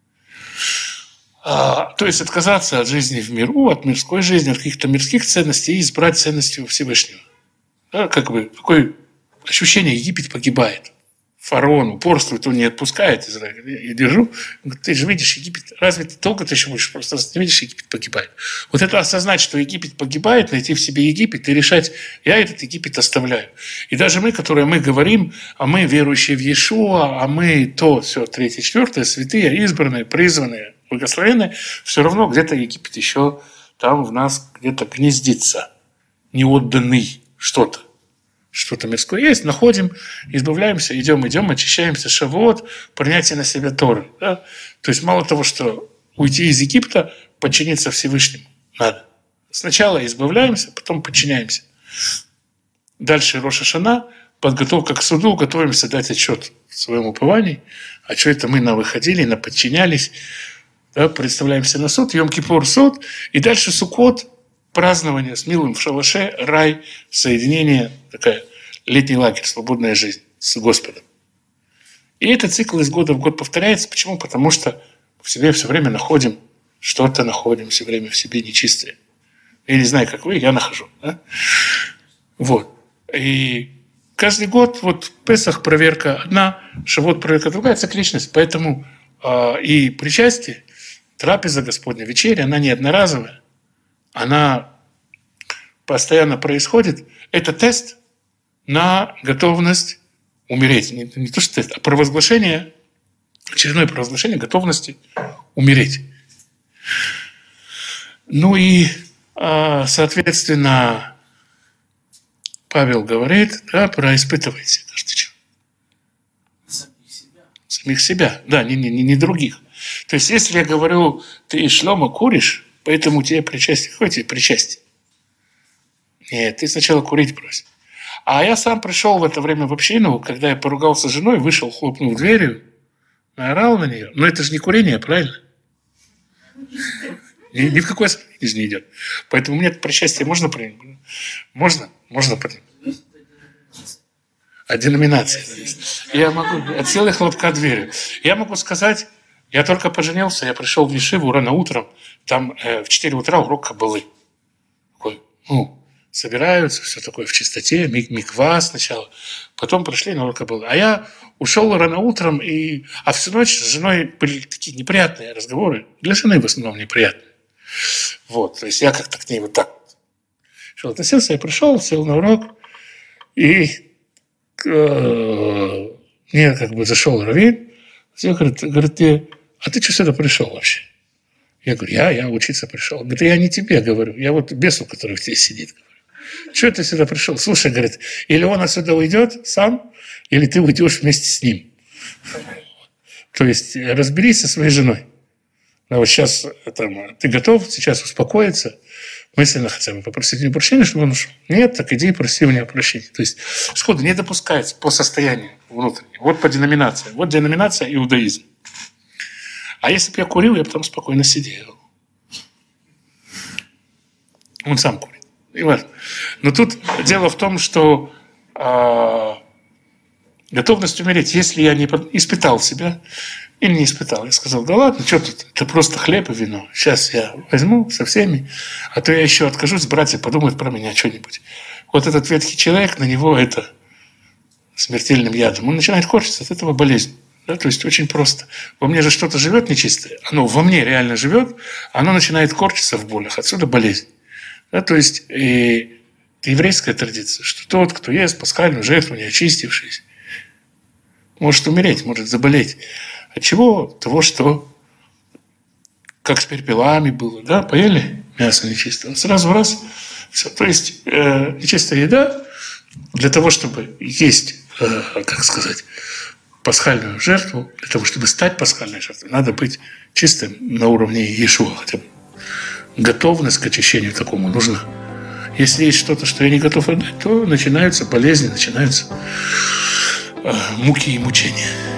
То есть отказаться от жизни в миру, от мирской жизни, от каких-то мирских ценностей и избрать ценности Всевышнего. Да, как бы такое ощущение, Египет погибает. Фараон упорствует, он не отпускает Израиль. Я держу. Ты же видишь, Египет, разве ты долго ты еще будешь? Просто ты видишь, Египет погибает. Вот это осознать, что Египет погибает, найти в себе Египет и решать, я этот Египет оставляю. И даже мы, которые мы говорим, а мы верующие в Иешуа, а мы то, все, третье, четвертое, святые, избранные, призванные, благословенные, все равно где-то Египет еще там в нас где-то гнездится, неотданный что-то мирское есть, находим, избавляемся, идем, очищаемся, шавуот, принятие на себя Торы. Да? То есть мало того, что уйти из Египта, подчиниться Всевышнему надо. Сначала избавляемся, потом подчиняемся. Дальше Рош ха-Шана, подготовка к суду, готовимся дать отчет в своем уповании, а что это мы навыходили, наподчинялись, да, представляемся на суд, Йом-Кипур суд, и дальше Суккот, празднование с милым в шалаше, рай, соединение, такая летний лагерь, свободная жизнь с Господом. И этот цикл из года в год повторяется. Почему? Потому что в себе все время находим, что-то находим все время в себе нечистое. Я не знаю, как вы, я нахожу. Да? Вот. И каждый год, вот Песах проверка одна, Шавот проверка другая, цикличность. Поэтому и причастие, трапеза Господня, вечеря, она не одноразовая. Она постоянно происходит. Это тест на готовность умереть. Не то, что тест, а провозглашение, очередное провозглашение готовности умереть. Ну и, соответственно, Павел говорит, да, про испытывайте каждый час. Самих себя. Да, не других. То есть, если я говорю, ты, Шломо, куришь, поэтому тебе причастие. Какое тебе причастие? Нет, ты сначала курить брось. А я сам пришел в это время в общину, когда я поругался с женой, вышел, хлопнув дверью, наорал на нее. Но это же не курение, правильно? Ни в какой смысле не идет. Поэтому мне это причастие можно принять? Можно принять. От деноминации. Я могу, от целой хлопка дверью. Я могу сказать, я только поженился, я пришел в Ешиву рано утром, там в 4 утра урок каббалы. Такой, собираются, все такое в чистоте, миква сначала, потом пришли на урок каббалы. А я ушел рано утром, а всю ночь с женой были такие неприятные разговоры, для жены в основном неприятные. Вот, то есть я как-то к ней вот так шел, относился, я пришел, сел на урок, и мне как бы зашел раввин, говорит, а ты что сюда пришел вообще? Я говорю, я учиться пришел. Говорит, я не тебе говорю, я вот бесу, который в тебе сидит, говорю. Что ты сюда пришел? Слушай, говорит, или он отсюда уйдет сам, или ты уйдешь вместе с ним. То есть разберись со своей женой. А вот сейчас ты готов сейчас успокоиться, мысленно хотя бы попросить у него прощения, чтобы он ушел. Нет, так иди и проси у него прощения. То есть сходу не допускается по состоянию внутреннему. Вот по деноминации. Вот деноминация иудаизм. А если бы я курил, я бы там спокойно сидел. Он сам курит. И важно. Но тут дело в том, что готовность умереть, если я не испытал себя или не испытал. Я сказал, да ладно, что тут, это просто хлеб и вино. Сейчас я возьму со всеми, а то я еще откажусь, братья подумают про меня что-нибудь. Вот этот ветхий человек, на него это смертельным ядом. Он начинает корчиться, от этого болезнь. Да, то есть очень просто. Во мне же что-то живет нечистое, оно во мне реально живет, оно начинает корчиться в болях, отсюда болезнь. Да, то есть и еврейская традиция, что тот, кто ест пасхальную жертву, не очистившись, может умереть, может заболеть. От чего? От того, что как с перепелами было, да, поели мясо нечистое, сразу раз, все. То есть нечистая еда для того, чтобы есть, как сказать, пасхальную жертву, для того, чтобы стать пасхальной жертвой, надо быть чистым на уровне Иешуа. Хотя бы готовность к очищению такому нужна. Если есть что-то, что я не готов отдать, то начинаются болезни, начинаются муки и мучения.